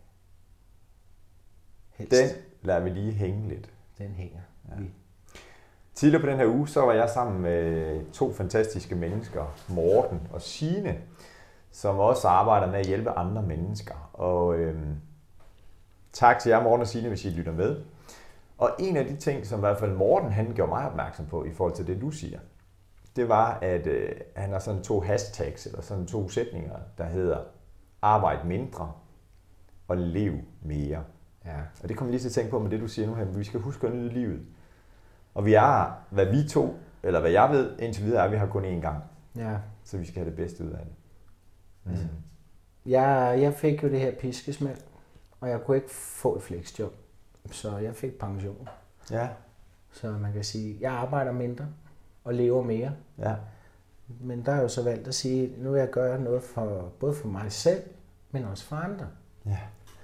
Helst. Den lader vi lige hænge lidt. Den hænger. Ja. Vi. Tidligere på den her uge, så var jeg sammen med to fantastiske mennesker, Morten og Signe, som også arbejder med at hjælpe andre mennesker. Og øhm, tak til jer, Morten og Signe, hvis I lytter med. Og en af de ting, som i hvert fald Morten han gjorde mig opmærksom på i forhold til det, du siger, det var, at øh, han har sådan to hashtags, eller sådan to sætninger, der hedder arbejde mindre og lev mere. Ja. Og det kommer lige til at tænke på med det, du siger nu her, vi skal huske at nyde livet. Og vi er, hvad vi to, eller hvad jeg ved, indtil videre er, at vi har kun én gang. Ja. Så vi skal have det bedste ud af det. Mm. Altså, jeg, jeg fik jo det her piskesmæld, og jeg kunne ikke få et flexjob. Så jeg fik pension. Ja. Så man kan sige, jeg arbejder mindre og lever mere. Ja. Men der er jo så valgt at sige, nu vil jeg gøre noget for, både for mig selv, men også for andre. Ja.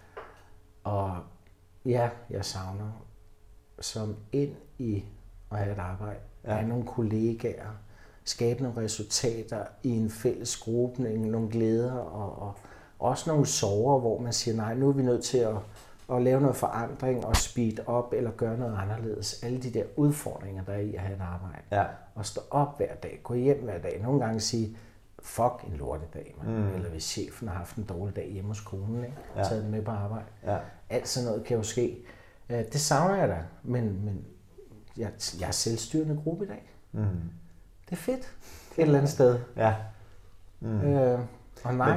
Og ja, jeg savner som ind i at have et arbejde, ja. Have nogle kollegaer, skabe nogle resultater i en fælles gruppe, nogle glæder og, og også nogle sorger, hvor man siger, nej, nu er vi nødt til at, at lave noget forandring og speed op eller gøre noget anderledes. Alle de der udfordringer, der er i at have et arbejde. Ja. Og stå op hver dag, gå hjem hver dag. Nogle gange sige, fuck en lortedag, mm. eller hvis chefen har haft en dårlig dag hjemme hos konen, ikke? Ja. Taget den med på arbejde. Ja. Alt sådan noget kan jo ske. Det savner jeg da, men, men jeg, jeg er selvstyrende gruppe i dag. Mm. Det er fedt et eller andet sted. Ja. Mm. Øh, og nej,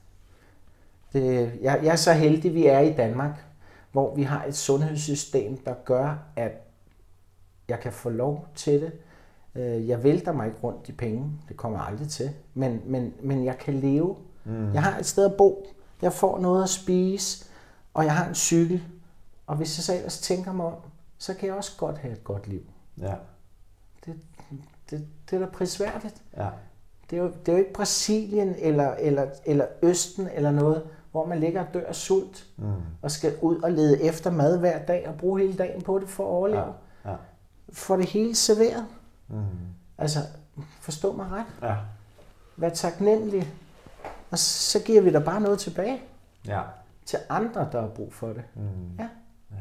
det, jeg, jeg er så heldig, vi er i Danmark, hvor vi har et sundhedssystem, der gør, at jeg kan få lov til det. Jeg vælter mig ikke rundt i penge, det kommer jeg aldrig til, men, men, men jeg kan leve. Mm. Jeg har et sted at bo, jeg får noget at spise, og jeg har en cykel. Og hvis jeg så ellers tænker mig om, så kan jeg også godt have et godt liv. Ja. Det, det, det er da prisværdigt. Ja. Det, er jo, det er jo ikke Brasilien eller, eller, eller Østen eller noget, hvor man ligger og dør af sult, mm. og skal ud og lede efter mad hver dag og bruge hele dagen på det for at overleve. Ja. Ja. Få det hele serveret. Mm. Altså, forstå mig ret. Ja. Vær taknemmelig. Og så giver vi dig bare noget tilbage. Ja. Til andre, der har brug for det. Mm. Ja. Ja.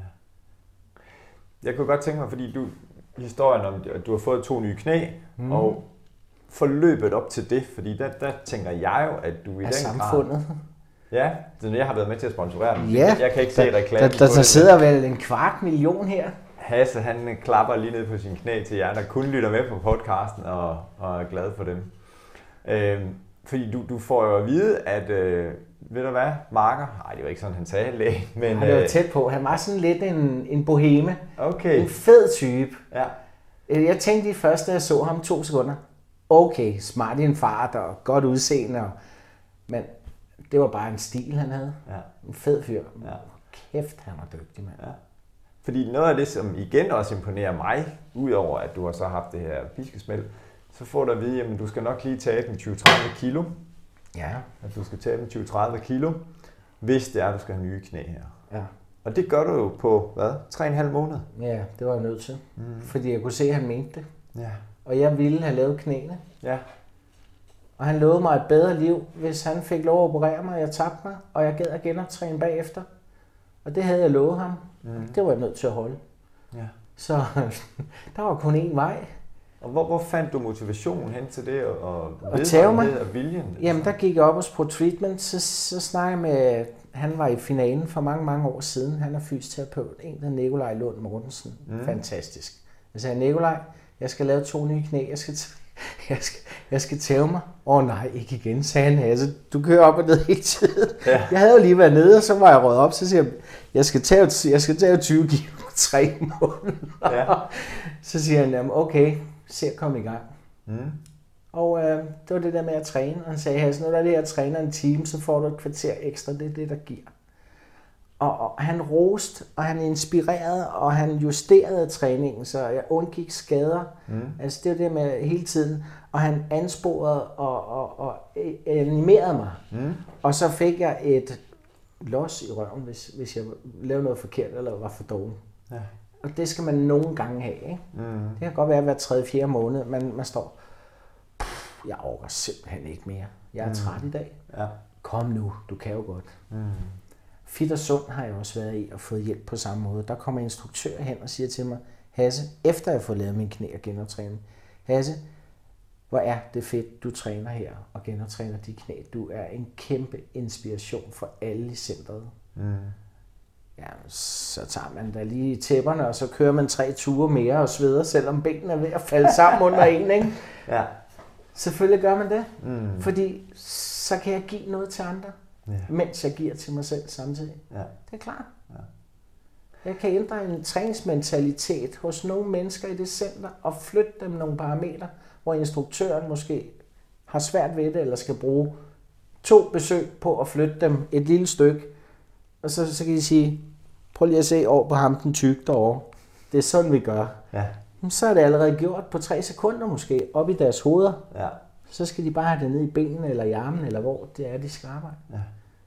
Jeg kunne godt tænke mig, fordi du, historien om, at du har fået to nye knæ, mm. og forløbet op til det, fordi der, der tænker jeg jo, at du i er den samfundet. grad... Ja, så jeg har været med til at sponsorere dem. Ja, jeg kan ikke se reklame. Der, der, der sidder vel en kvart million her. Hasse, han klapper lige ned på sin knæ til jer, der kun lytter med på podcasten og, og er glad for dem. Øhm, fordi du, du får jo at vide, at øh, ved du hvad, Marker? Nej, det var ikke sådan, han sagde, lægen. Men, han var tæt på. Han var sådan lidt en, en boheme. Okay. En fed type. Ja. Jeg tænkte lige først, da jeg så ham to sekunder, okay, smart i en fart og godt udseende, og, men det var bare en stil, han havde. Ja. En fed fyr. Ja. Kæft, han var dygtig, mand. Ja. Fordi noget af det, som igen også imponerer mig, udover at du har så haft det her piskesmæld, så får du at vide, at du skal nok lige tabe en tyve til tredive kilo. Ja. At du skal tabe en tyve til tredive kilo, hvis det er, at du skal have nye knæ her. Ja. Og det gør du jo på, hvad? tre og en halv måned? Ja, det var jeg nødt til. Mm. Fordi jeg kunne se, at han mente det. Ja. Og jeg ville have lavet knæene. Ja. Og han lovede mig et bedre liv, hvis han fik lov at operere mig, og jeg tabte mig, og jeg gad at genoptræne bagefter. Og det havde jeg lovet ham. Mm. Det var jeg nødt til at holde. Ja. Så der var kun én vej. Og hvor, hvor fandt du motivationen hen til det, og, og vedholdenhed og viljen? Jamen, der gik jeg op hos Pro Treatment, så, så snakkede jeg med, han var i finalen for mange, mange år siden. Han er fysioterapeut, en der Nikolaj Lund Mortensen. Mm. Fantastisk. Jeg sagde, Nikolaj, jeg skal lave to nye knæ, jeg skal, jeg skal, jeg skal tæve mig. Åh oh, nej, ikke igen, sagde han. Altså, du kører op og ned hele tiden. Ja. Jeg havde jo lige været nede, og så var jeg røget op, så siger jeg, jeg skal tage, jeg skal tage tyve kilo på tre måneder. Ja. Så siger han, jamen okay, se at komme i gang. Mm. Og øh, det var det der med at træne. Og han sagde, Hasse, når der er det her træner en time, så får du et kvarter ekstra. Det er det, der giver. Og, og han roste, og han inspirerede, og han justerede træningen, så jeg undgik skader. Mm. Altså det var det med hele tiden. Og han ansporede og, og, og animerede mig. Mm. Og så fik jeg et los i røven, hvis, hvis jeg lavede noget forkert eller var for dårlig. Ja. Og det skal man nogle gange have. Ikke? Mm. Det kan godt være hver tredje, fjerde måned, man, man står, jeg orker simpelthen ikke mere. Jeg er træt mm. i dag. Ja. Kom nu, du kan jo godt. Mm. Fit og Sund har jeg også været i og fået hjælp på samme måde. Der kommer instruktør hen og siger til mig, Hasse, efter jeg får lavet min knæ og genoptræning, Hasse, hvor er det fedt, du træner her og genoptræner de knæ. Du er en kæmpe inspiration for alle i centret. Mm. Ja, så tager man da lige tæpperne, og så kører man tre ture mere og sveder, selvom benene er ved at falde sammen under en, ikke? Ja. Selvfølgelig gør man det, mm. fordi så kan jeg give noget til andre, ja. mens jeg giver til mig selv samtidig. Ja. Det er klart. Ja. Jeg kan ændre en træningsmentalitet hos nogle mennesker i det center og flytte dem nogle parametre, hvor instruktøren måske har svært ved det, eller skal bruge to besøg på at flytte dem et lille stykke. Og så, så kan de sige, prøv lige at se over på ham den tyk derovre. Det er sådan, vi gør. Ja. Så er det allerede gjort på tre sekunder måske, op i deres hoveder. Ja. Så skal de bare have det ned i benene, eller i armen, eller hvor det er, de skal arbejde. Ja.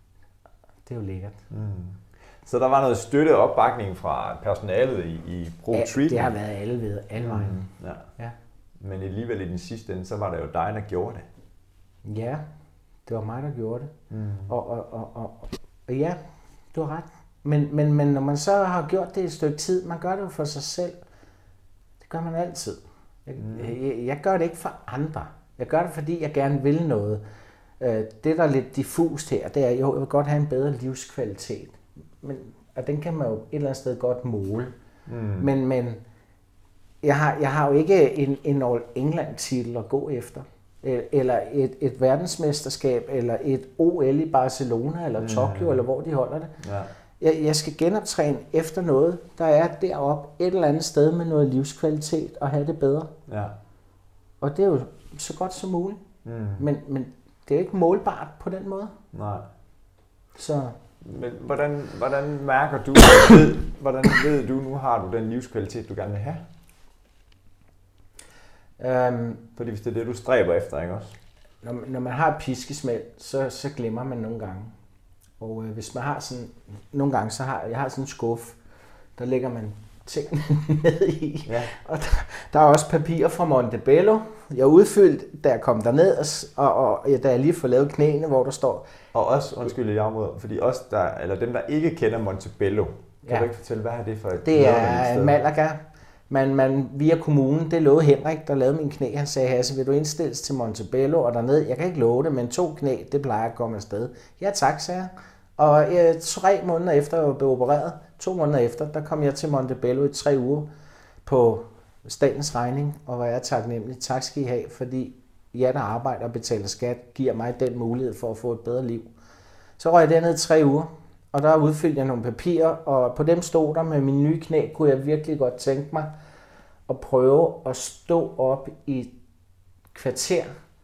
Det er jo lækkert. Mm. Så der var noget støtte og opbakning fra personalet i, i Pro ja, Treatment? det har været alle ved, alle vejen. Mm. Ja. Ja. Men alligevel i den sidste ende, så var det jo dig, der gjorde det. Ja, det var mig, der gjorde det. Mm. Og, og, og, og, og ja, du har ret. Men, men, men når man så har gjort det et stykke tid, man gør det jo for sig selv. Det gør man altid. Jeg, mm. jeg, jeg gør det ikke for andre. Jeg gør det, fordi jeg gerne vil noget. Det, der er lidt diffust her, det er, jo, jeg vil godt have en bedre livskvalitet. Men, og den kan man jo et eller andet sted godt måle. Mm. Men, men jeg, har, jeg har jo ikke en, en All England-titel at gå efter. Eller et, et verdensmesterskab, eller et O L i Barcelona, eller Tokyo, mm. eller hvor de holder det. Ja. Jeg, jeg skal genoptræne efter noget, der er deroppe et eller andet sted med noget livskvalitet, og have det bedre. Ja. Og det er jo så godt som muligt. Mm. Men, men det er ikke målbart på den måde. Nej. Så. Men hvordan, hvordan mærker du, ved, hvordan ved du, nu har du den livskvalitet, du gerne vil have? Um, Fordi hvis det er det, du stræber efter, ikke også? Når, når man har et piskesmæld, så, så glemmer man nogle gange. Og øh, hvis man har sådan, nogle gange, så har jeg har sådan en skuff, der lægger man tingene ned i. Ja. Og der, der er også papirer fra Montebello. Jeg er udfyldt, da jeg kom derned, og, og, og da jeg lige får lavet knæene, hvor der står. Og også, undskyld, jeg afbryder, fordi også der, eller dem, der ikke kender Montebello, kan ja. du ikke fortælle, hvad er det for et Det er Malaga. Man, man via kommunen, det lovede Henrik, der lavede min knæ. Han sagde, Hasse, vil du indstilles til Montebello og derned? Jeg kan ikke love det, men to knæ, det plejer at komme afsted. Ja tak, sagde jeg. Og øh, tre måneder efter jeg blev opereret, to måneder efter, der kom jeg til Montebello i tre uger på statens regning, og var jeg taknemmelig. Tak skal I have, fordi jer, der arbejder og betaler skat, giver mig den mulighed for at få et bedre liv. Så røg jeg derned i tre uger, og der udfyldte jeg nogle papirer, og på dem stod der med mine nye knæ, kunne jeg virkelig godt tænke mig at prøve at stå op i et kvarter,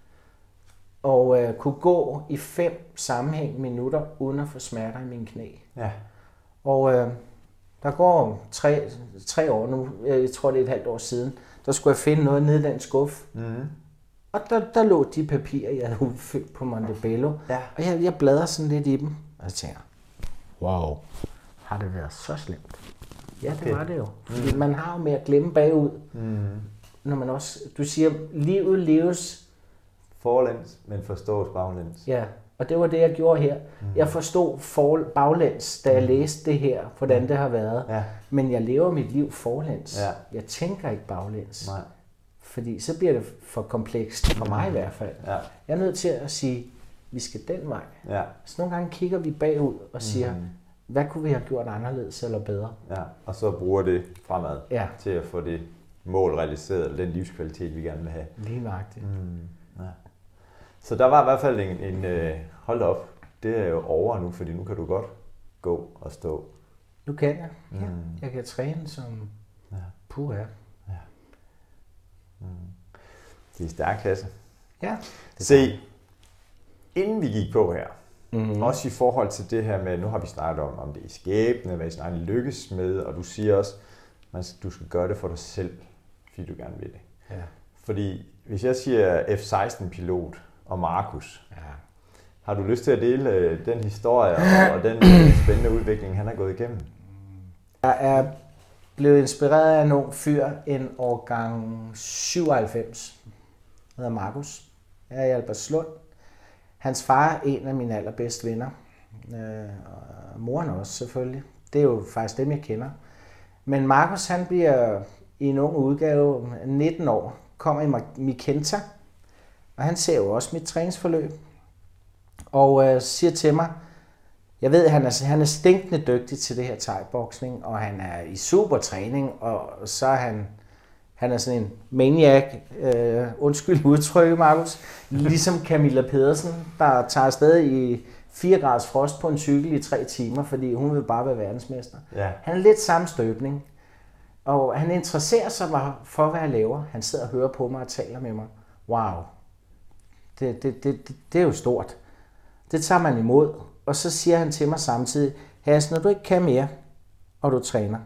og øh, kunne gå i fem sammenhængende minutter, uden at få smerter i mine knæ. Ja. Og øh, der går tre, tre år nu, jeg tror det er et halvt år siden, der skulle jeg finde noget nede i den skuffe. Mm. Og der, der lå de papirer, jeg havde udfyldt på Montebello. Ja. Og jeg, jeg bladrer sådan lidt i dem, og så tænker wow, har det været så slemt? Ja, det okay. var det jo. Fordi mm. man har jo med at glemme bagud. Mm. Når man også, du siger, livet leves forlæns, men forstås baglæns. Ja, og det var det, jeg gjorde her. Mm. Jeg forstod for, baglæns, da jeg mm. læste det her, hvordan det har været. Ja. Men jeg lever mit liv forlæns. Ja. Jeg tænker ikke baglæns. Nej. Fordi så bliver det for komplekst, for mig i hvert fald. Ja. Jeg er nødt til at sige, vi skal den vej. Ja. Så nogle gange kigger vi bagud og siger, mm. hvad kunne vi have gjort anderledes eller bedre? Ja. Og så bruger det fremad ja. til at få det mål realiseret, eller den livskvalitet, vi gerne vil have. Lige nøjagtigt. Mm. Ja. Så der var i hvert fald en, en øh, hold op, det er jo over nu, fordi nu kan du godt gå og stå. Nu kan jeg. Ja. Mm. Jeg kan træne som ja. puha. Ja. Mm. Det er stærk klasse. Ja. Se, inden vi gik på her, mm-hmm. også i forhold til det her med, nu har vi snakket om, om det er skæbne, hvad I snart lykkes med, og du siger også, at du skal gøre det for dig selv, fordi du gerne vil det. Ja. Fordi hvis jeg siger F seksten pilot og Markus, ja. har du lyst til at dele øh, den historie og, og den øh, spændende udvikling, han har gået igennem? Jeg er blevet inspireret af en ung fyr, en årgang syvoghalvfems, der hedder Markus. Jeg er i Albertslund. Hans far er en af mine allerbedste venner, øh, og moren også selvfølgelig. Det er jo faktisk dem, jeg kender. Men Markus, han bliver i en ung udgave, nitten år, kommer i Mikenta, og han ser jo også mit træningsforløb, og øh, siger til mig, jeg ved, at han er, han er stinkende dygtig til det her thai-boksning, og han er i super træning, og så er han, han er sådan en maniac, øh, undskyld udtryk, Markus, ligesom Camilla Pedersen, der tager afsted i fire graders frost på en cykel i tre timer, fordi hun vil bare være verdensmester. Ja. Han er lidt samme støbning, og han interesserer sig for, hvad jeg laver. Han sidder og hører på mig og taler med mig. Wow, det, det, det, det, det er jo stort. Det tager man imod. Og så siger han til mig samtidig, Hasse, når du ikke kan mere, og du træner,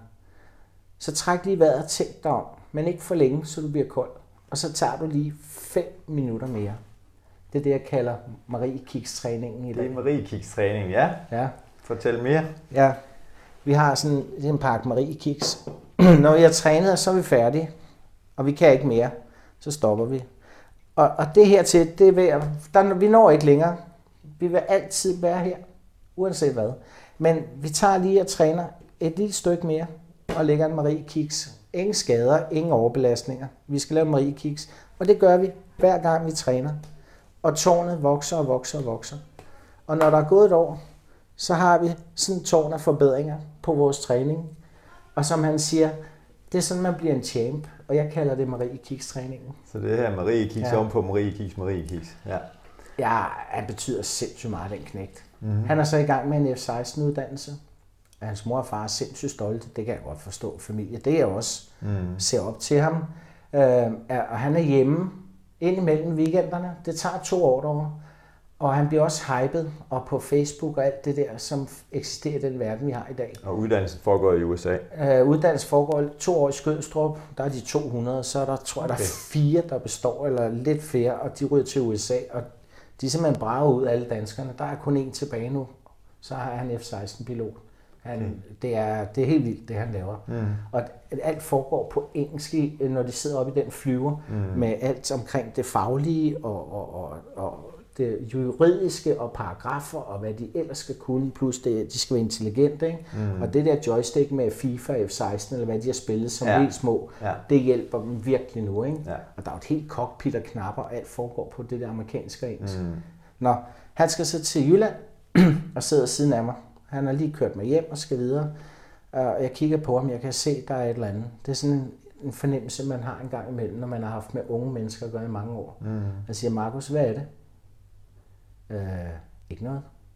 så træk lige vejret og tænk dig om, men ikke for længe, så du bliver kold. Og så tager du lige fem minutter mere. Det er det, jeg kalder Marie Kiks-træningen i dag. Det er Marie Kiks-træningen, ja. Ja. Fortæl mere. Ja, vi har sådan en pakke Marie Kiks. Når vi har trænet, så er vi færdige, og vi kan ikke mere, så stopper vi. Og, og det her til, det er ved, der, vi når ikke længere. Vi vil altid være her, uanset hvad. Men vi tager lige og træner et lille stykke mere, og lægger en Marie Kiks. Ingen skader, ingen overbelastninger. Vi skal lave Marie Kiks, og det gør vi hver gang vi træner. Og tårnet vokser og vokser og vokser. Og når der er gået et år, så har vi sådan en tårn af forbedringer på vores træning. Og som han siger, det er sådan, man bliver en champ, og jeg kalder det Marie Kiks-træningen. Så det her Marie Kiks ja. om på Marie Kiks, Marie Kiks. Ja. Ja, han betyder sindssygt meget, den knægt. Mm-hmm. Han er så i gang med en F seksten uddannelse. Hans mor og far er sindssygt stolte, det kan jeg godt forstå, familie. Det er jeg også. Mm. Ser op til ham. Øh, og han er hjemme indimellem weekenderne. Det tager to år derovre. Og han bliver også hypet og på Facebook og alt det der, som eksisterer i den verden, vi har i dag. Og uddannelsen foregår i U S A? Uh, uddannelsen foregår to år i Skødstrup. Der er de to hundrede, så er der, tror jeg, okay. der er fire, der består, eller lidt flere, og de ryger til U S A. Og de er simpelthen braget ud, alle danskerne. Der er kun én tilbage nu. Så har han F seksten pilot. Han, mm. det, er, det er helt vildt, det han laver. Mm. Og alt foregår på engelsk, når de sidder oppe i den flyver, mm. med alt omkring det faglige og, og, og, og det juridiske og paragrafer og hvad de ellers skal kunne, plus det, de skal være intelligente. Ikke? Mm. Og det der joystick med FIFA F seksten, eller hvad de har spillet som ja. helt små, ja. det hjælper dem virkelig nu. Ikke? Ja. Og der er jo et helt cockpit og knapper, og alt foregår på det der amerikanske og engelsk. Mm. Nå, han skal så til Jylland og sidder siden af mig. Han har lige kørt mig hjem og skal videre. Og jeg kigger på ham, jeg kan se, der er et eller andet. Det er sådan en, en fornemmelse, man har en gang imellem, når man har haft med unge mennesker at gøre i mange år. Mm. Jeg siger, Markus, hvad er det? Øh, ikke noget.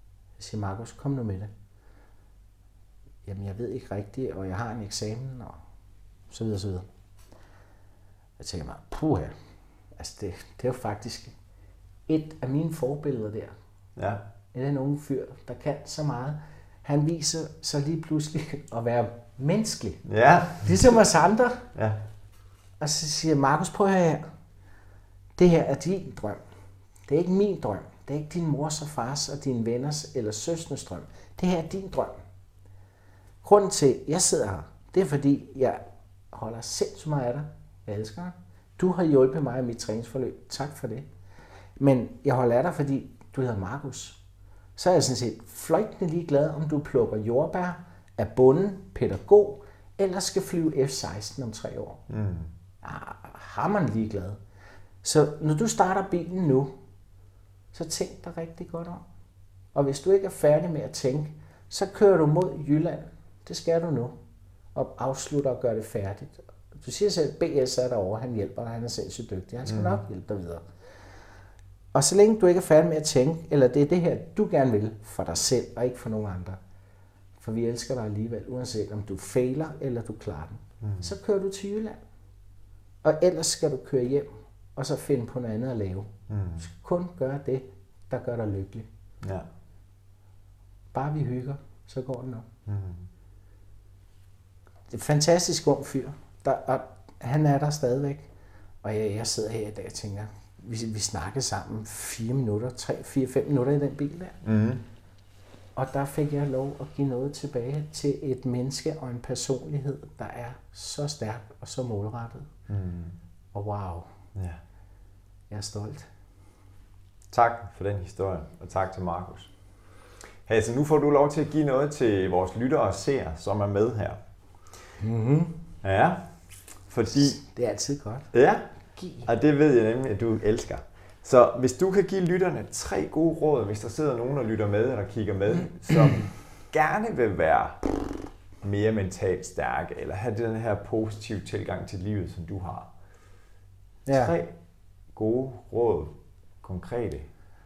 Jeg siger, Markus, kom nu med det. Jamen, jeg ved ikke rigtigt, og jeg har en eksamen, og så videre, så videre. Jeg tænker mig, puha, altså det, det er jo faktisk et af mine forbilleder der. Ja. Det er en unge fyr, der kan så meget. Han viser sig lige pludselig at være menneskelig. Ja. Ligesom os andre. Ja. Og så siger Markus, prøv at høre her. Det her er din drøm. Det er ikke min drøm. Det er ikke din mors og fars og dine venners eller søstres drøm. Det her er din drøm. Grunden til, at jeg sidder her, det er fordi, jeg holder sindssygt meget af dig. Jeg elsker dig. Du har hjulpet mig i mit træningsforløb. Tak for det. Men jeg holder af dig, fordi du hedder Markus. Så er jeg sådan set fløjtende ligeglad, om du plukker jordbær, er bunden, pædagog, eller skal flyve F seksten om tre år. Mm. Ah, har man ligeglad. Så når du starter bilen nu, så tænk dig rigtig godt om. Og hvis du ikke er færdig med at tænke, så kører du mod Jylland. Det skal du nu. Og afslutter og gør det færdigt. Du siger selv, at B S er derovre, han hjælper dig, han er sindssygt dygtig. Han skal mm. nok hjælpe dig videre. Og så længe du ikke er færdig med at tænke, eller det er det her, du gerne vil for dig selv, og ikke for nogen andre. For vi elsker dig alligevel, uanset om du fejler, eller du klarer den. Mm. Så kører du til Jylland. Og ellers skal du køre hjem, og så finde på noget andet at lave. Mm. Du skal kun gøre det, der gør dig lykkelig. Ja. Bare vi hygger, så går det nok. Mm. Det er en fantastisk ung fyr. Der, og han er der stadigvæk. Og jeg, jeg sidder her i dag og tænker, vi, vi snakkede sammen fire minutter, tre, fire, fem minutter i den bil der. Mm. Og der fik jeg lov at give noget tilbage til et menneske og en personlighed, der er så stærk og så målrettet. Mm. Og wow, ja. Jeg er stolt. Tak for den historie, og tak til Markus. Hey, så nu får du lov til at give noget til vores lyttere og seere, som er med her. Mm-hmm. Ja, fordi... Det er altid godt. Ja, og det ved jeg nemlig, at du elsker. Så hvis du kan give lytterne tre gode råd, hvis der sidder nogen og lytter med eller kigger med, som gerne vil være mere mentalt stærke, eller have den her positive tilgang til livet, som du har. Ja. Tre gode råd, konkrete.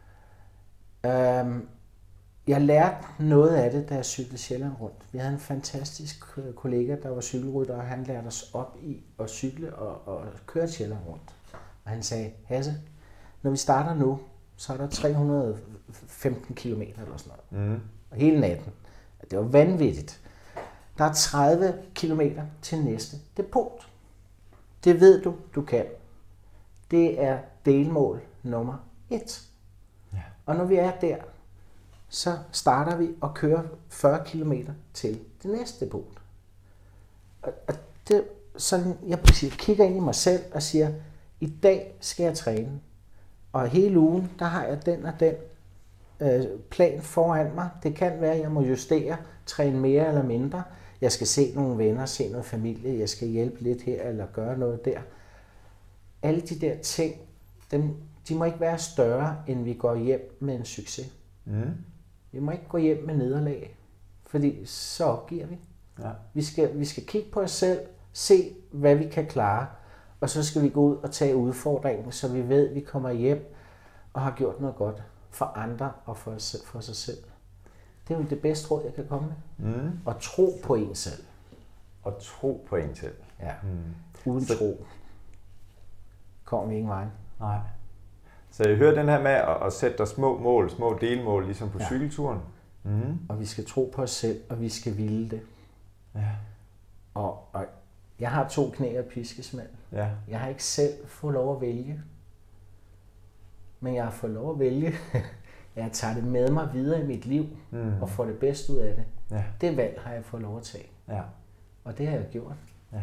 Um, jeg lærte noget af det, da jeg cyklede Sjælland rundt. Vi havde en fantastisk kollega, der var cykelrytter, og han lærte os op i at cykle og, og køre Sjælland rundt. Og han sagde, Hasse, når vi starter nu, så er der tre hundrede og femten kilometer eller sådan noget. Mm. Og hele natten. Det var vanvittigt. Der er tredive kilometer til næste depot. Det ved du, du kan. Det er delmål nummer et. Ja. Og når vi er der, så starter vi og kører fyrre kilometer til det næste depot. Og, og det, sådan, jeg kigger ind i mig selv og siger, i dag skal jeg træne. Og hele ugen, der har jeg den og den øh, plan foran mig. Det kan være, at jeg må justere, træne mere eller mindre. Jeg skal se nogle venner, se noget familie, jeg skal hjælpe lidt her eller gøre noget der. Alle de der ting, dem, de må ikke være større, end vi går hjem med en succes. Mm. Vi må ikke gå hjem med nederlag, fordi så opgiver vi. Ja. Vi skal, vi skal kigge på os selv, se hvad vi kan klare, og så skal vi gå ud og tage udfordringen, så vi ved, at vi kommer hjem og har gjort noget godt for andre og for, os, for sig selv. Det er jo det bedste råd, jeg kan komme med. Mm. Og tro på en selv. Og tro på en selv. Ja. Mm. Uden så... tro kommer vi ingen vej. Nej. Så jeg hører den her med at, at sætte dig små mål, små delmål, ligesom på ja. cykelturen. Mm. Og vi skal tro på os selv, og vi skal ville det. Ja. Og, og jeg har to knæ og piskesmæld. Ja. Jeg har ikke selv fået lov at vælge. Men jeg har fået lov at vælge. Jeg tager det med mig videre i mit liv, mm. og får det bedste ud af det. Ja. Det valg har jeg fået lov at tage. Ja. Og det har jeg gjort. Ja.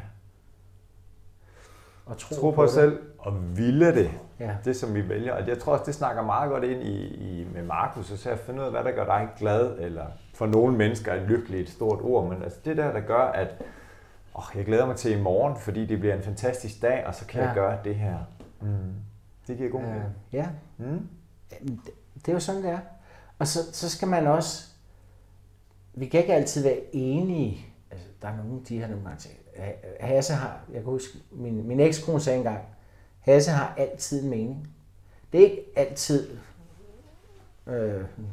Og tro, tro på, på sig selv og ville det. Ja. Det som vi vælger. Og jeg tror også, det snakker meget godt ind i, i med Markus, og så at finde ud af, hvad der gør dig glad, eller for nogle mennesker er lykkelig et stort ord, men altså det der, der gør, at åh, jeg glæder mig til i morgen, fordi det bliver en fantastisk dag, og så kan ja. jeg gøre det her. Mm. Det giver god mening. Uh, ja. Mm. Det er jo sådan, det er. Og så, så skal man også, vi kan ikke altid være enige, altså der er nogen, de har nogle gange sagt, Hasse har, jeg kan huske, min, min ekskone sagde engang, Hasse har altid en mening. Det er ikke altid øh,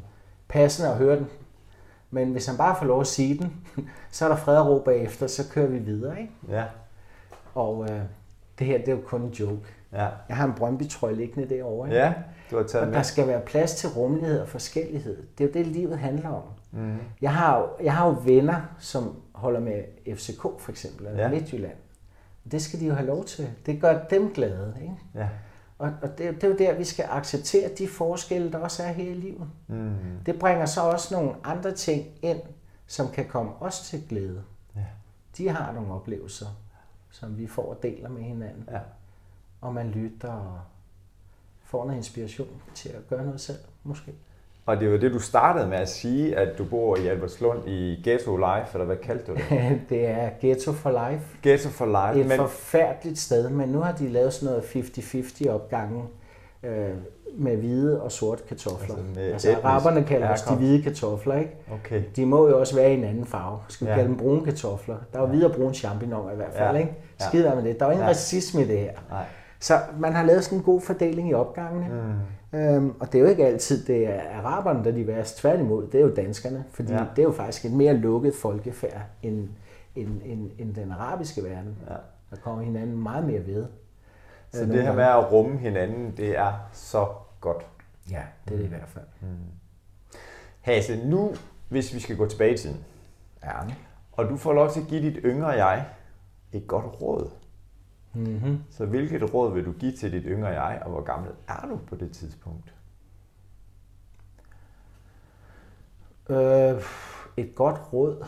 passende at høre den. Men hvis han bare får lov at sige den, så er der fred og ro bagefter, så kører vi videre, ikke? Ja. Og øh, det her, det er jo kun en joke. Ja. Jeg har en Brøndby-trøje liggende derovre, ikke? Ja, du har taget og med. der skal være plads til rummelighed og forskellighed. Det er jo det, livet handler om. Mm. Jeg har jo, jeg har jo venner, som holder med F C K for eksempel, eller Ja. Midtjylland. Det skal de jo have lov til. Det gør dem glade, ikke? Ja. Og, og det, det er jo der, vi skal acceptere de forskelle, der også er her i livet. Mm. Det bringer så også nogle andre ting ind, som kan komme os til glæde. Ja. De har nogle oplevelser, som vi får og deler med hinanden. Ja. Og man lytter og får noget inspiration til at gøre noget selv, måske. Og det var det, du startede med at sige, at du bor i Albertslund i Ghetto Life, eller hvad kaldte du det? Det er Ghetto for Life. Ghetto for Life. Et men... forfærdeligt sted, men nu har de lavet sådan noget halvtreds halvtreds opgange øh, med hvide og sorte kartofler. Altså, altså araberne kalder os de hvide kartofler, ikke? Okay. De må jo også være i en anden farve. Skal vi Ja. kalde dem brune kartofler? Der er jo Ja. hvide og brune champignoner i hvert fald, Ja. ikke? Ja. Skid med det. Der er jo ingen Ja. racisme i det her. Nej. Så man har lavet sådan en god fordeling i opgangene. Mm. Øhm, og det er jo ikke altid, det er araberne, der er de værste. Tværtimod, det er jo danskerne. Fordi Ja. det er jo faktisk en mere lukket folkefærd end, end, end, end den arabiske verden. Ja. Der kommer hinanden meget mere ved. Så Øh, det her nogle med at rumme hinanden, det er så godt. Ja, det er det i hvert fald. Mm. Hasse, nu hvis vi skal gå tilbage i tiden, Ja. og du får lov til at give dit yngre jeg et godt råd. Mm-hmm. Så hvilket råd vil du give til dit yngre jeg, og hvor gammel er du på det tidspunkt? Øh, et godt råd.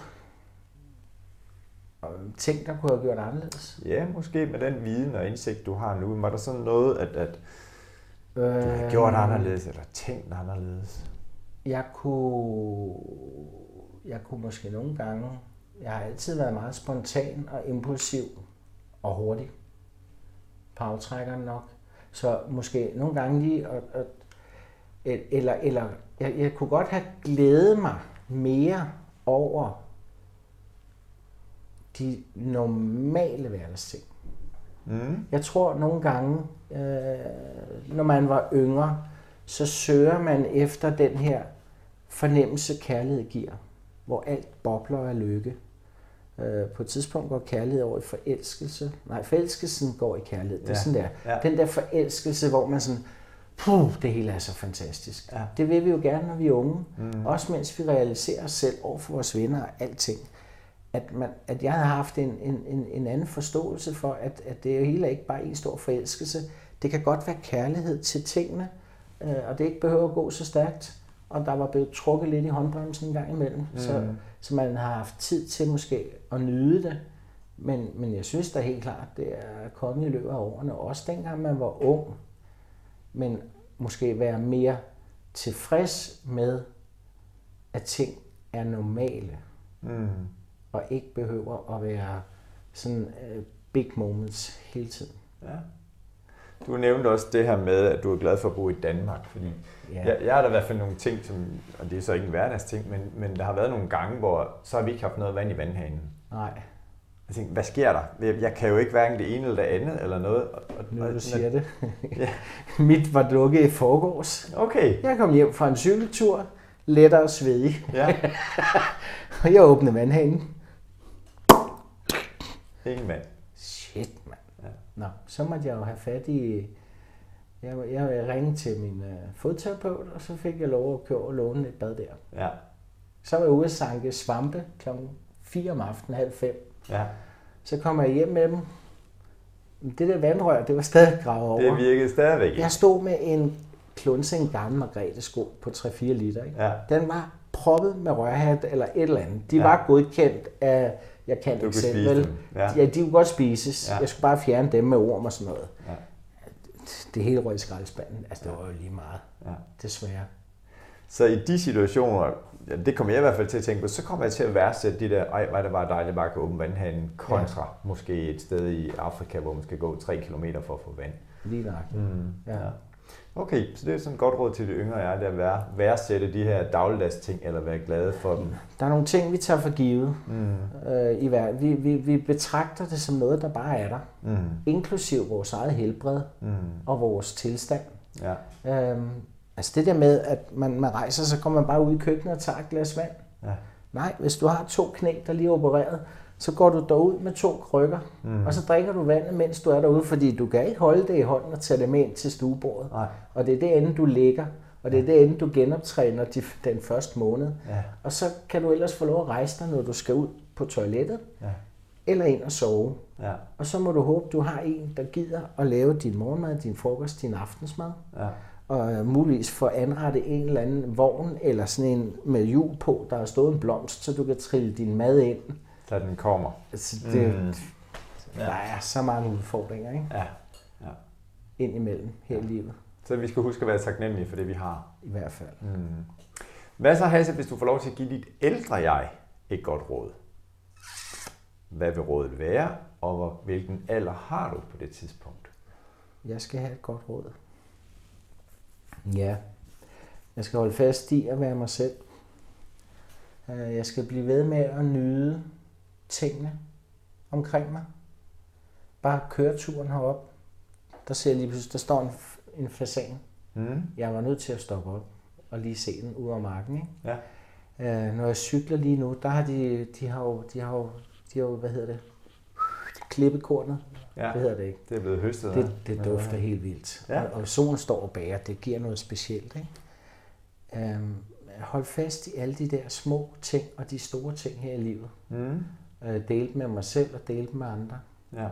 Og ting, der kunne have gjort anderledes. Ja, måske med den viden og indsigt, du har nu. Var der sådan noget, at, at du Øh, har gjort anderledes, eller tænkt anderledes? Jeg kunne, jeg kunne måske nogle gange, jeg har altid været meget spontan og impulsiv og hurtig. På aftrækkeren nok. Så måske nogle gange lige, at, at, eller, eller jeg, jeg kunne godt have glædet mig mere over de normale hverdagsting. Mm. Jeg tror nogle gange, øh, når man var yngre, så søger man efter den her fornemmelse, kærlighed giver, hvor alt bobler af lykke. Øh, på et tidspunkt går kærlighed over i forelskelse. Nej, forelskelsen går i kærlighed. Det er Ja. sådan der. Ja. Den der forelskelse, hvor man sådan, puh, det hele er så fantastisk. Ja. Det vil vi jo gerne, når vi er unge. Mm. Også mens vi realiserer os selv over for vores venner og alting. At, man, at jeg havde haft en, en, en, en anden forståelse for, at, at det hele er ikke bare en stor forelskelse. Det kan godt være kærlighed til tingene, øh, og det ikke behøver at gå så stærkt. Og der var blevet trukket lidt i håndbremsen en gang imellem, mm. så, så man har haft tid til måske at nyde det. Men, men jeg synes da helt klart, det er kommet i løbet af årene, også dengang man var ung. Men måske være mere tilfreds med, at ting er normale. Mm. Og ikke behøver at være sådan uh, big moments hele tiden. Ja. Du nævnte også det her med, at du er glad for at bo i Danmark, fordi Ja. jeg, jeg har da i hvert fald nogle ting, som, og det er så ikke en hverdagsting, men, men der har været nogle gange, hvor så har vi ikke haft noget vand i vandhanen. Nej, Jeg tænkte, hvad sker der? Jeg, jeg kan jo ikke hverken det ene eller det andet, eller noget. Og, og, nu og, du siger det. Ja. Mit var lukket i forgårs. Okay. Jeg kom hjem fra en cykeltur, lettere og svedig. Ja. Og jeg åbnede vandhanen. Ingen mand. Shit, mand. Ja. Nå, så måtte jeg jo have fat i... Jeg, jeg ringede til min uh, fodterapeut, og så fik jeg lov at køre og låne et bad der. Ja. Så var jeg ude at sanke svampe klokken fire om aftenen, halv fem. Ja. Så kom jeg hjem med dem. Det der vandrør, det var stadig gravet over. Det virkede stadigvæk. Jeg stod med en klunse, en gammel Margrethe-sko på tre fire liter. Ikke? Ja. Den var proppet med rørhat eller et eller andet. De Ja. var godkendt af, jeg kan Du ikke kunne selv, spise vel? dem. Ja. Ja, de kunne godt spises. Ja. Jeg skulle bare fjerne dem med orm og sådan noget. Ja. Det hele røg i skraldespanden. Altså, det var jo lige meget. Ja. Desværre. Så i de situationer, ja, det kommer jeg i hvert fald til at tænke på, så kommer jeg til at værdsætte de der, ej, var det bare dejligt bare at åbne vandhanen, kontra ja. måske et sted i Afrika, hvor man skal gå tre kilometer for at få vand. Lige nok. Mm. Ja. Ja. Okay, så det er sådan et godt råd til de yngre jeg, det er at være, værdsætte de her dagligdags ting, eller være glade for dem. Der er nogle ting, vi tager for givet Mm. øh, i verden. Vi, vi, vi betragter det som noget, der bare er der. Mm. Inklusiv vores eget helbred Mm. og vores tilstand. Ja. Øhm, Altså det der med, at man, man rejser, så kommer man bare ud i køkkenet og tager et glas vand. Ja. Nej, hvis du har to knæ, der lige er opereret, så går du derud med to krykker, mm. og så drikker du vandet, mens du er derude, fordi du kan ikke holde det i hånden og tage det med ind til stuebordet. Nej. Og det er derinde, du ligger, og det er derinde, du genoptræner de, den første måned. Ja. Og så kan du ellers få lov at rejse dig, når du skal ud på toilettet, ja. eller ind og sove. Ja. Og så må du håbe, du har en, der gider at lave din morgenmad, din frokost, din aftensmad. Ja. Og muligvis få anrettet en eller anden vogn, eller sådan en med hjul på, der har stået en blomst, så du kan trille din mad ind. Så den kommer. Altså, det, mm. Der er så mange udfordringer, ikke? Ja. Ja. Ind imellem her i livet. Så vi skal huske at være taknemmelige for det, vi har. I hvert fald. Mm. Hvad så, Hasse, hvis du får lov til at give dit ældre jeg et godt råd? Hvad vil rådet være, og hvilken alder har du på det tidspunkt? Jeg skal have et godt råd. Ja. Jeg skal holde fast i at være mig selv. Jeg skal blive ved med at nyde tingene omkring mig. Bare køreturen herop. Der ser jeg lige pludselig, der står en, en fasan. Mm. Jeg var nødt til at stoppe op og lige se den ud af marken. Ikke? Ja. Uh, når jeg cykler lige nu, der har de, de har jo, de har jo, de har jo, hvad hedder det, klippekornet. Ja. Det hedder det ikke. Det er blevet høstet. Det, det dufter helt vildt. Ja. Og, og solen står og bager, det giver noget specielt. Ikke? Um, hold fast i alle de der små ting og de store ting her i livet. Mm. Uh, dele med mig selv og dele med andre. Ja.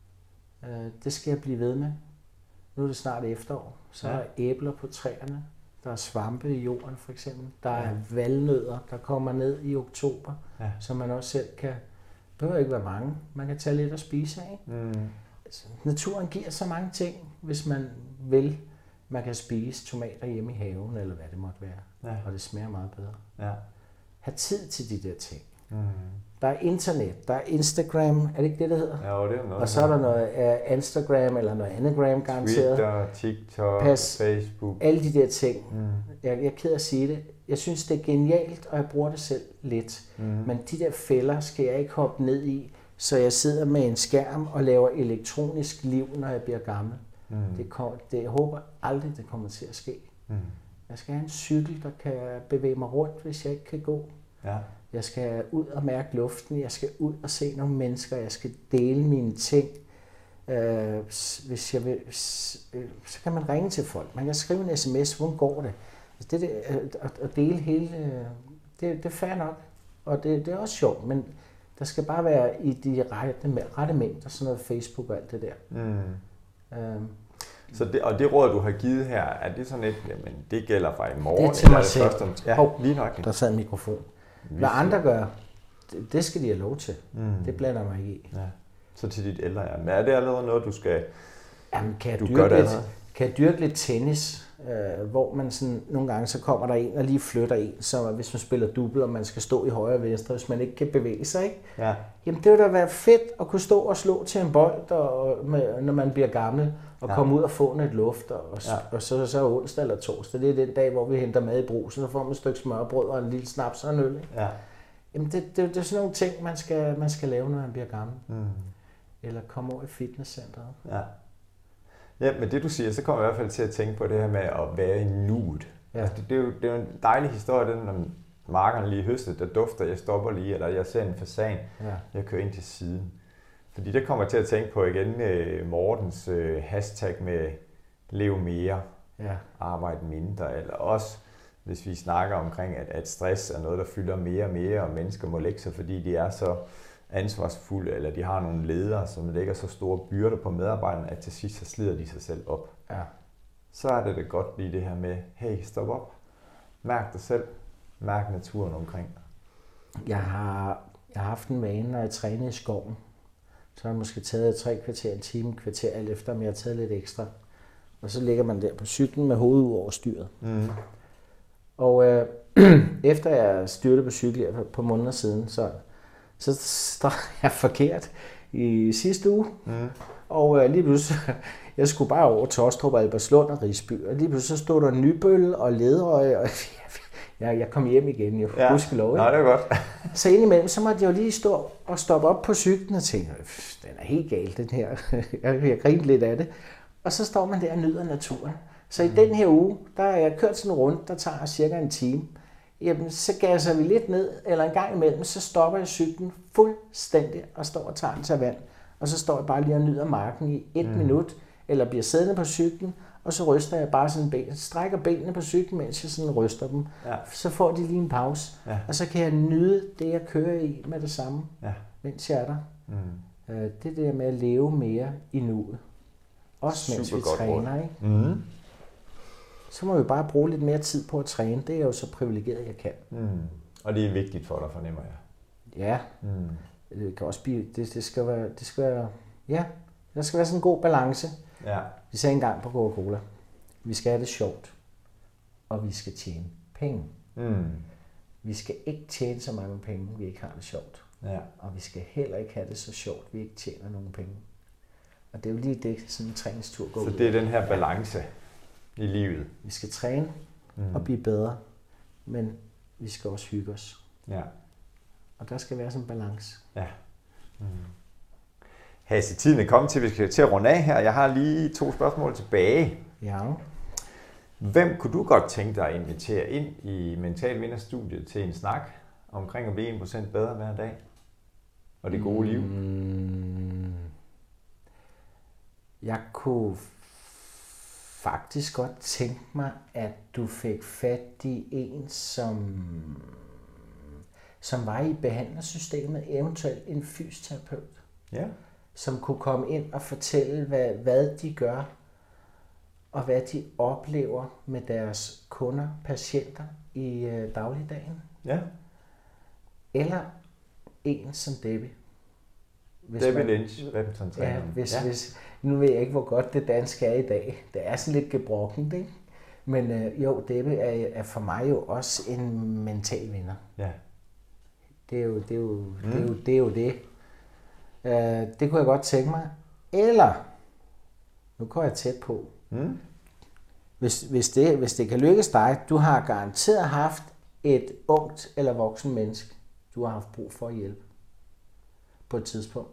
Uh, det skal jeg blive ved med. Nu er det snart efterår, så ja. er der æbler på træerne. Der er svampe i jorden for eksempel. Der er ja. valnødder, der kommer ned i oktober, ja. som man også selv kan. Det behøver ikke være mange. Man kan tage lidt og spise af. Mm. Altså, naturen giver så mange ting, hvis man vil. Man kan spise tomater hjemme i haven, eller hvad det måtte være. Ja. Og det smager meget bedre. Ja. Ha' tid til de der ting. Mm. Der er internet, der er Instagram, er det ikke det, der hedder? Ja, det er noget. Og så er der noget uh, Instagram eller noget anagram garanteret. Twitter, TikTok, Pas, Facebook. Alle de der ting. Mm. Jeg, jeg er ked af at sige det. Jeg synes, det er genialt, og jeg bruger det selv lidt. Mm. Men de der fælder skal jeg ikke hoppe ned i, så jeg sidder med en skærm og laver elektronisk liv, når jeg bliver gammel. Mm. Det, kom, det, jeg håber aldrig, det kommer til at ske. Mm. Jeg skal have en cykel, der kan bevæge mig rundt, hvis jeg ikke kan gå. Ja. Jeg skal ud og mærke luften, jeg skal ud og se nogle mennesker, jeg skal dele mine ting. Øh, hvis jeg vil, så kan man ringe til folk, man kan skrive en sms, hvordan går det? Det, det at dele hele, det, det er fair nok, og det, det er også sjovt, men der skal bare være i de rette, rette mængder, sådan noget Facebook og alt det der. Mm. Øh, Så det, og det råd, du har givet her, er det sådan et, jamen det gælder fra i morgen? Det er til mig selv. Ja, Hov, lige nok. der sad en mikrofon. Hvad andre gør, det, det skal de have lov til. Mm. Det blander mig ikke i. Ja. Så til dit ældre, ja. Men er det allerede noget, du skal... Jamen, kan jeg du dyrke, lidt, kan jeg dyrke lidt tennis, øh, hvor man sådan, nogle gange så kommer der en og lige flytter en, så hvis man spiller double, og man skal stå i højre og venstre, hvis man ikke kan bevæge sig, ikke? Ja. Jamen, det vil da være fedt at kunne stå og slå til en bold, og, med, når man bliver gammel, og ja. komme ud og få noget luft, og, og, ja. og så, så onsdag eller torsdag, det er den dag, hvor vi henter mad i brusen, så får man et stykke smørbrød og en lille snaps og en øl. Ikke? Ja. Jamen, det, det, det er sådan nogle ting, man skal, man skal lave, når man bliver gammel. Mm. Eller komme over i fitnesscenteret. Ja. Ja, men det du siger, så kommer jeg i hvert fald til at tænke på det her med at være i nuet. Ja. Altså, det, det, er jo, det er jo en dejlig historie, den, når markerne lige høstet, der dufter, jeg stopper lige, eller jeg ser en fasan, ja. jeg kører ind til siden. Fordi det kommer jeg til at tænke på igen uh, Mortens uh, hashtag med lev mere, ja. arbejde mindre, eller også hvis vi snakker omkring, at, at stress er noget, der fylder mere og mere, og mennesker må lægge sig, fordi de er så ansvarsfulde, eller de har nogle ledere, som lægger så store byrder på medarbejderne, at til sidst så slider de sig selv op. Ja. Så er det det godt lige det her med, hey, stop op, mærk dig selv, mærk naturen omkring. Jeg har, jeg har haft en vane, når jeg træner i skoven, så har jeg måske taget tre kvarter, en time, en kvarter, alt efter, om jeg har taget lidt ekstra. Og så ligger man der på cyklen med hovedet ud over styret. Mm. Og øh, efter jeg styrte på cykel på måneder siden, så, så stod jeg forkert i sidste uge. Mm. Og øh, lige pludselig, jeg skulle bare over Tåstrup, Albertslund og Risby. Og lige pludselig så stod der Nybøl og Ledrøje, og jeg, jeg kom hjem igen, jo. Ja. Hudskelov, nej, det er godt. Så indimellem, så måtte jeg jo lige stå og stoppe op på cyklen og tænke, den er helt gal, den her. jeg, jeg grinte lidt af det. Og så står man der og nyder naturen. Så i den her uge, der har jeg kørt sådan en runde, der tager cirka en time. Jamen, så gasser vi lidt ned, eller en gang imellem, så stopper jeg cyklen fuldstændig og står og tager en tag vand. Og så står jeg bare lige og nyder marken i et mm. minut, eller bliver siddende på cyklen, og så ryster jeg bare sådan ben, strækker benene på cyklen, mens jeg sådan ryster dem. Ja. Så får de lige en pause, ja. Og så kan jeg nyde det, jeg kører i med det samme, ja. Mens jeg er der. Mm. Det er det med at leve mere i nuet. Også mens Super vi træner, råd. Ikke? Mm. Så må vi bare bruge lidt mere tid på at træne. Det er jo så privilegeret, jeg kan. Mm. Og det er vigtigt for dig, fornemmer jeg. Ja. Mm. Det kan også blive, det, det skal være, det skal være, ja, der skal være sådan en god balance. Ja. Vi sagde engang på Coca-Cola, vi skal have det sjovt, og vi skal tjene penge. Mm. Vi skal ikke tjene så mange penge, vi ikke har det sjovt. Ja. Og vi skal heller ikke have det så sjovt, vi ikke tjener nogen penge. Og det er jo lige det, sådan en træningstur går ud. Så det er den her balance i livet. Vi skal træne mm. og blive bedre, men vi skal også hygge os. Ja. Og der skal være sådan en balance. Ja. Mm. Hasse, tiden er kommet til, vi skal til at runde af her. Jeg har lige to spørgsmål tilbage. Ja. Hvem kunne du godt tænke dig at invitere ind i Mental Vinderstudiet til en snak omkring at blive en procent bedre hver dag? Og det gode liv? Mm. Jeg kunne faktisk godt tænke mig, at du fik fat i en, som, som var i behandlersystemet, eventuelt en fysioterapeut. Ja. Som kunne komme ind og fortælle, hvad, hvad de gør, og hvad de oplever med deres kunder, patienter i øh, dagligdagen. Ja. Eller en som Debbie. Hvis Debbie man, Lynch, badminton-træner. Ja, hvis, ja. Hvis, nu ved jeg ikke, hvor godt det danske er i dag. Det er sådan lidt gebrokkent, ikke? Men øh, jo, Debbie er, er for mig jo også en mental vinder. Ja. Det er jo det. Er jo, mm. det, er jo, det, er jo det. Uh, det kunne jeg godt tænke mig. Eller, nu går jeg tæt på. Mm. Hvis, hvis, det, hvis det kan lykkes dig, du har garanteret haft et ungt eller voksen menneske, du har haft brug for at hjælpe på et tidspunkt,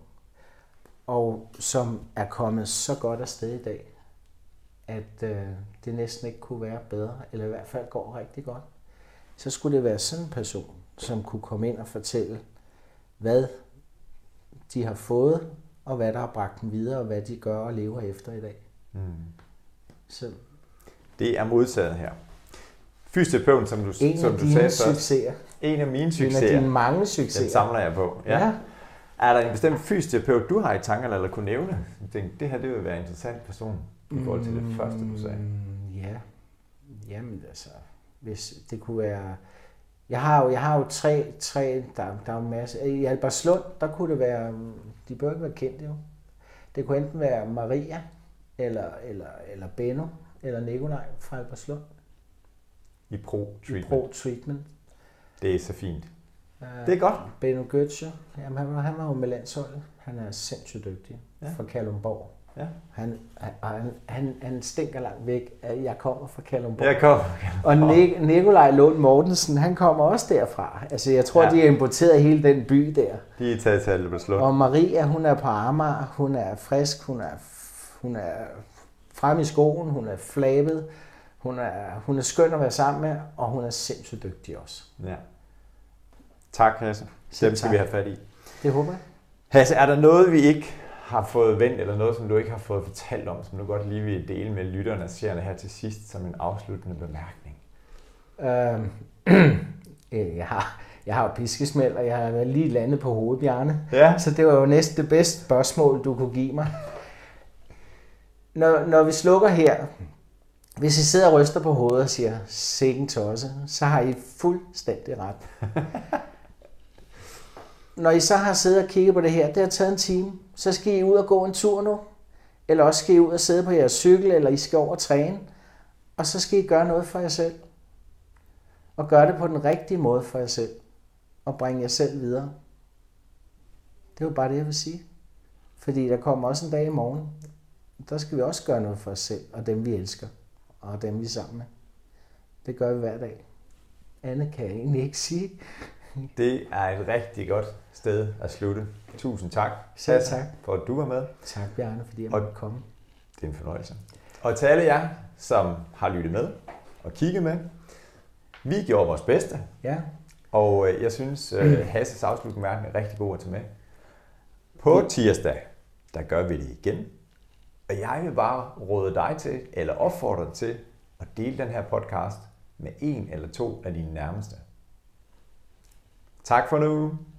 og som er kommet så godt afsted i dag, at øh, det næsten ikke kunne være bedre, eller i hvert fald går rigtig godt. Så skulle det være sådan en person, som kunne komme ind og fortælle, hvad de har fået, og hvad der har bragt dem videre, og hvad de gør og lever efter i dag. Mm. Så. Det er modtaget her. Fysioterapeuten, som du, en som du sagde først. En af mine succeser. En af dine mange succeser. Den samler jeg på. Ja. Ja. Er der en bestemt fysioterapeut, du har i tankerne, eller kunne nævne? Jeg tænkte, det her det vil være en interessant person i forhold til det mm, første, du sagde. Ja. Jamen altså, hvis det kunne være. Jeg har jo, jeg har jo tre, tre der, der er en masse. I Albertslund, der kunne det være, de bør ikke være kendte jo. Det kunne enten være Maria, eller, eller, eller Benno, eller Nikolaj fra Albertslund. I pro-treatment. I pro-treatment. Det er så fint. Uh, det er godt. Benno Götze, jamen han var, han var jo med landsholdet. Han er sindssygt dygtig ja. Fra Kalundborg. Ja. Han, han, han, han stinker langt væk. Jeg kommer fra Kalundborg. Jeg kommer. Og Nik- Nikolaj Lund Mortensen, han kommer også derfra. Altså jeg tror, ja. De har importeret hele den by der. De er taget til Albertslund. Og Maria, hun er på Amager. Hun er frisk. Hun er, hun er fremme i skoen. Hun er flabet. Hun er, hun er skøn at være sammen med, og hun er sindssygt dygtig også. Ja. Tak, Hasse. Dem skal vi have fat i. Det håber jeg. Hasse, er der noget, vi ikke har fået vendt, eller noget, som du ikke har fået fortalt om, som du godt lige vil dele med lytterne og seerne her til sidst, som en afsluttende bemærkning? Øhm, jeg har, jeg har jo piskesmæld, og jeg har lige landet på hovedet, Bjarne. Ja. Så det var jo næsten det bedste spørgsmål, du kunne give mig. Når, når vi slukker her, hvis I sidder og ryster på hovedet og siger, sikken tosse, så har I fuldstændig ret. Når I så har siddet og kigget på det her, det har taget en time, så skal I ud og gå en tur nu. Eller også skal I ud og sidde på jeres cykel, eller I skal over og træne. Og så skal I gøre noget for jer selv. Og gøre det på den rigtige måde for jer selv. Og bringe jer selv videre. Det er jo bare det, jeg vil sige. Fordi der kommer også en dag i morgen. Der skal vi også gøre noget for os selv, og dem vi elsker. Og dem vi er sammen med. Det gør vi hver dag. Andet kan jeg egentlig ikke sige. Det er et rigtig godt sted at slutte. Tusind tak, Selv tak. for at du var med. Tak, Bjarne, fordi jeg måtte komme. Det er en fornøjelse. Og til alle jer, som har lyttet med og kigget med. Vi gjorde vores bedste. Ja. Og jeg synes, uh, Hasses afslutning er rigtig god at tage med. På tirsdag, der gør vi det igen. Og jeg vil bare råde dig til, eller opfordre dig til, at dele den her podcast med en eller to af dine nærmeste. Tak for nu.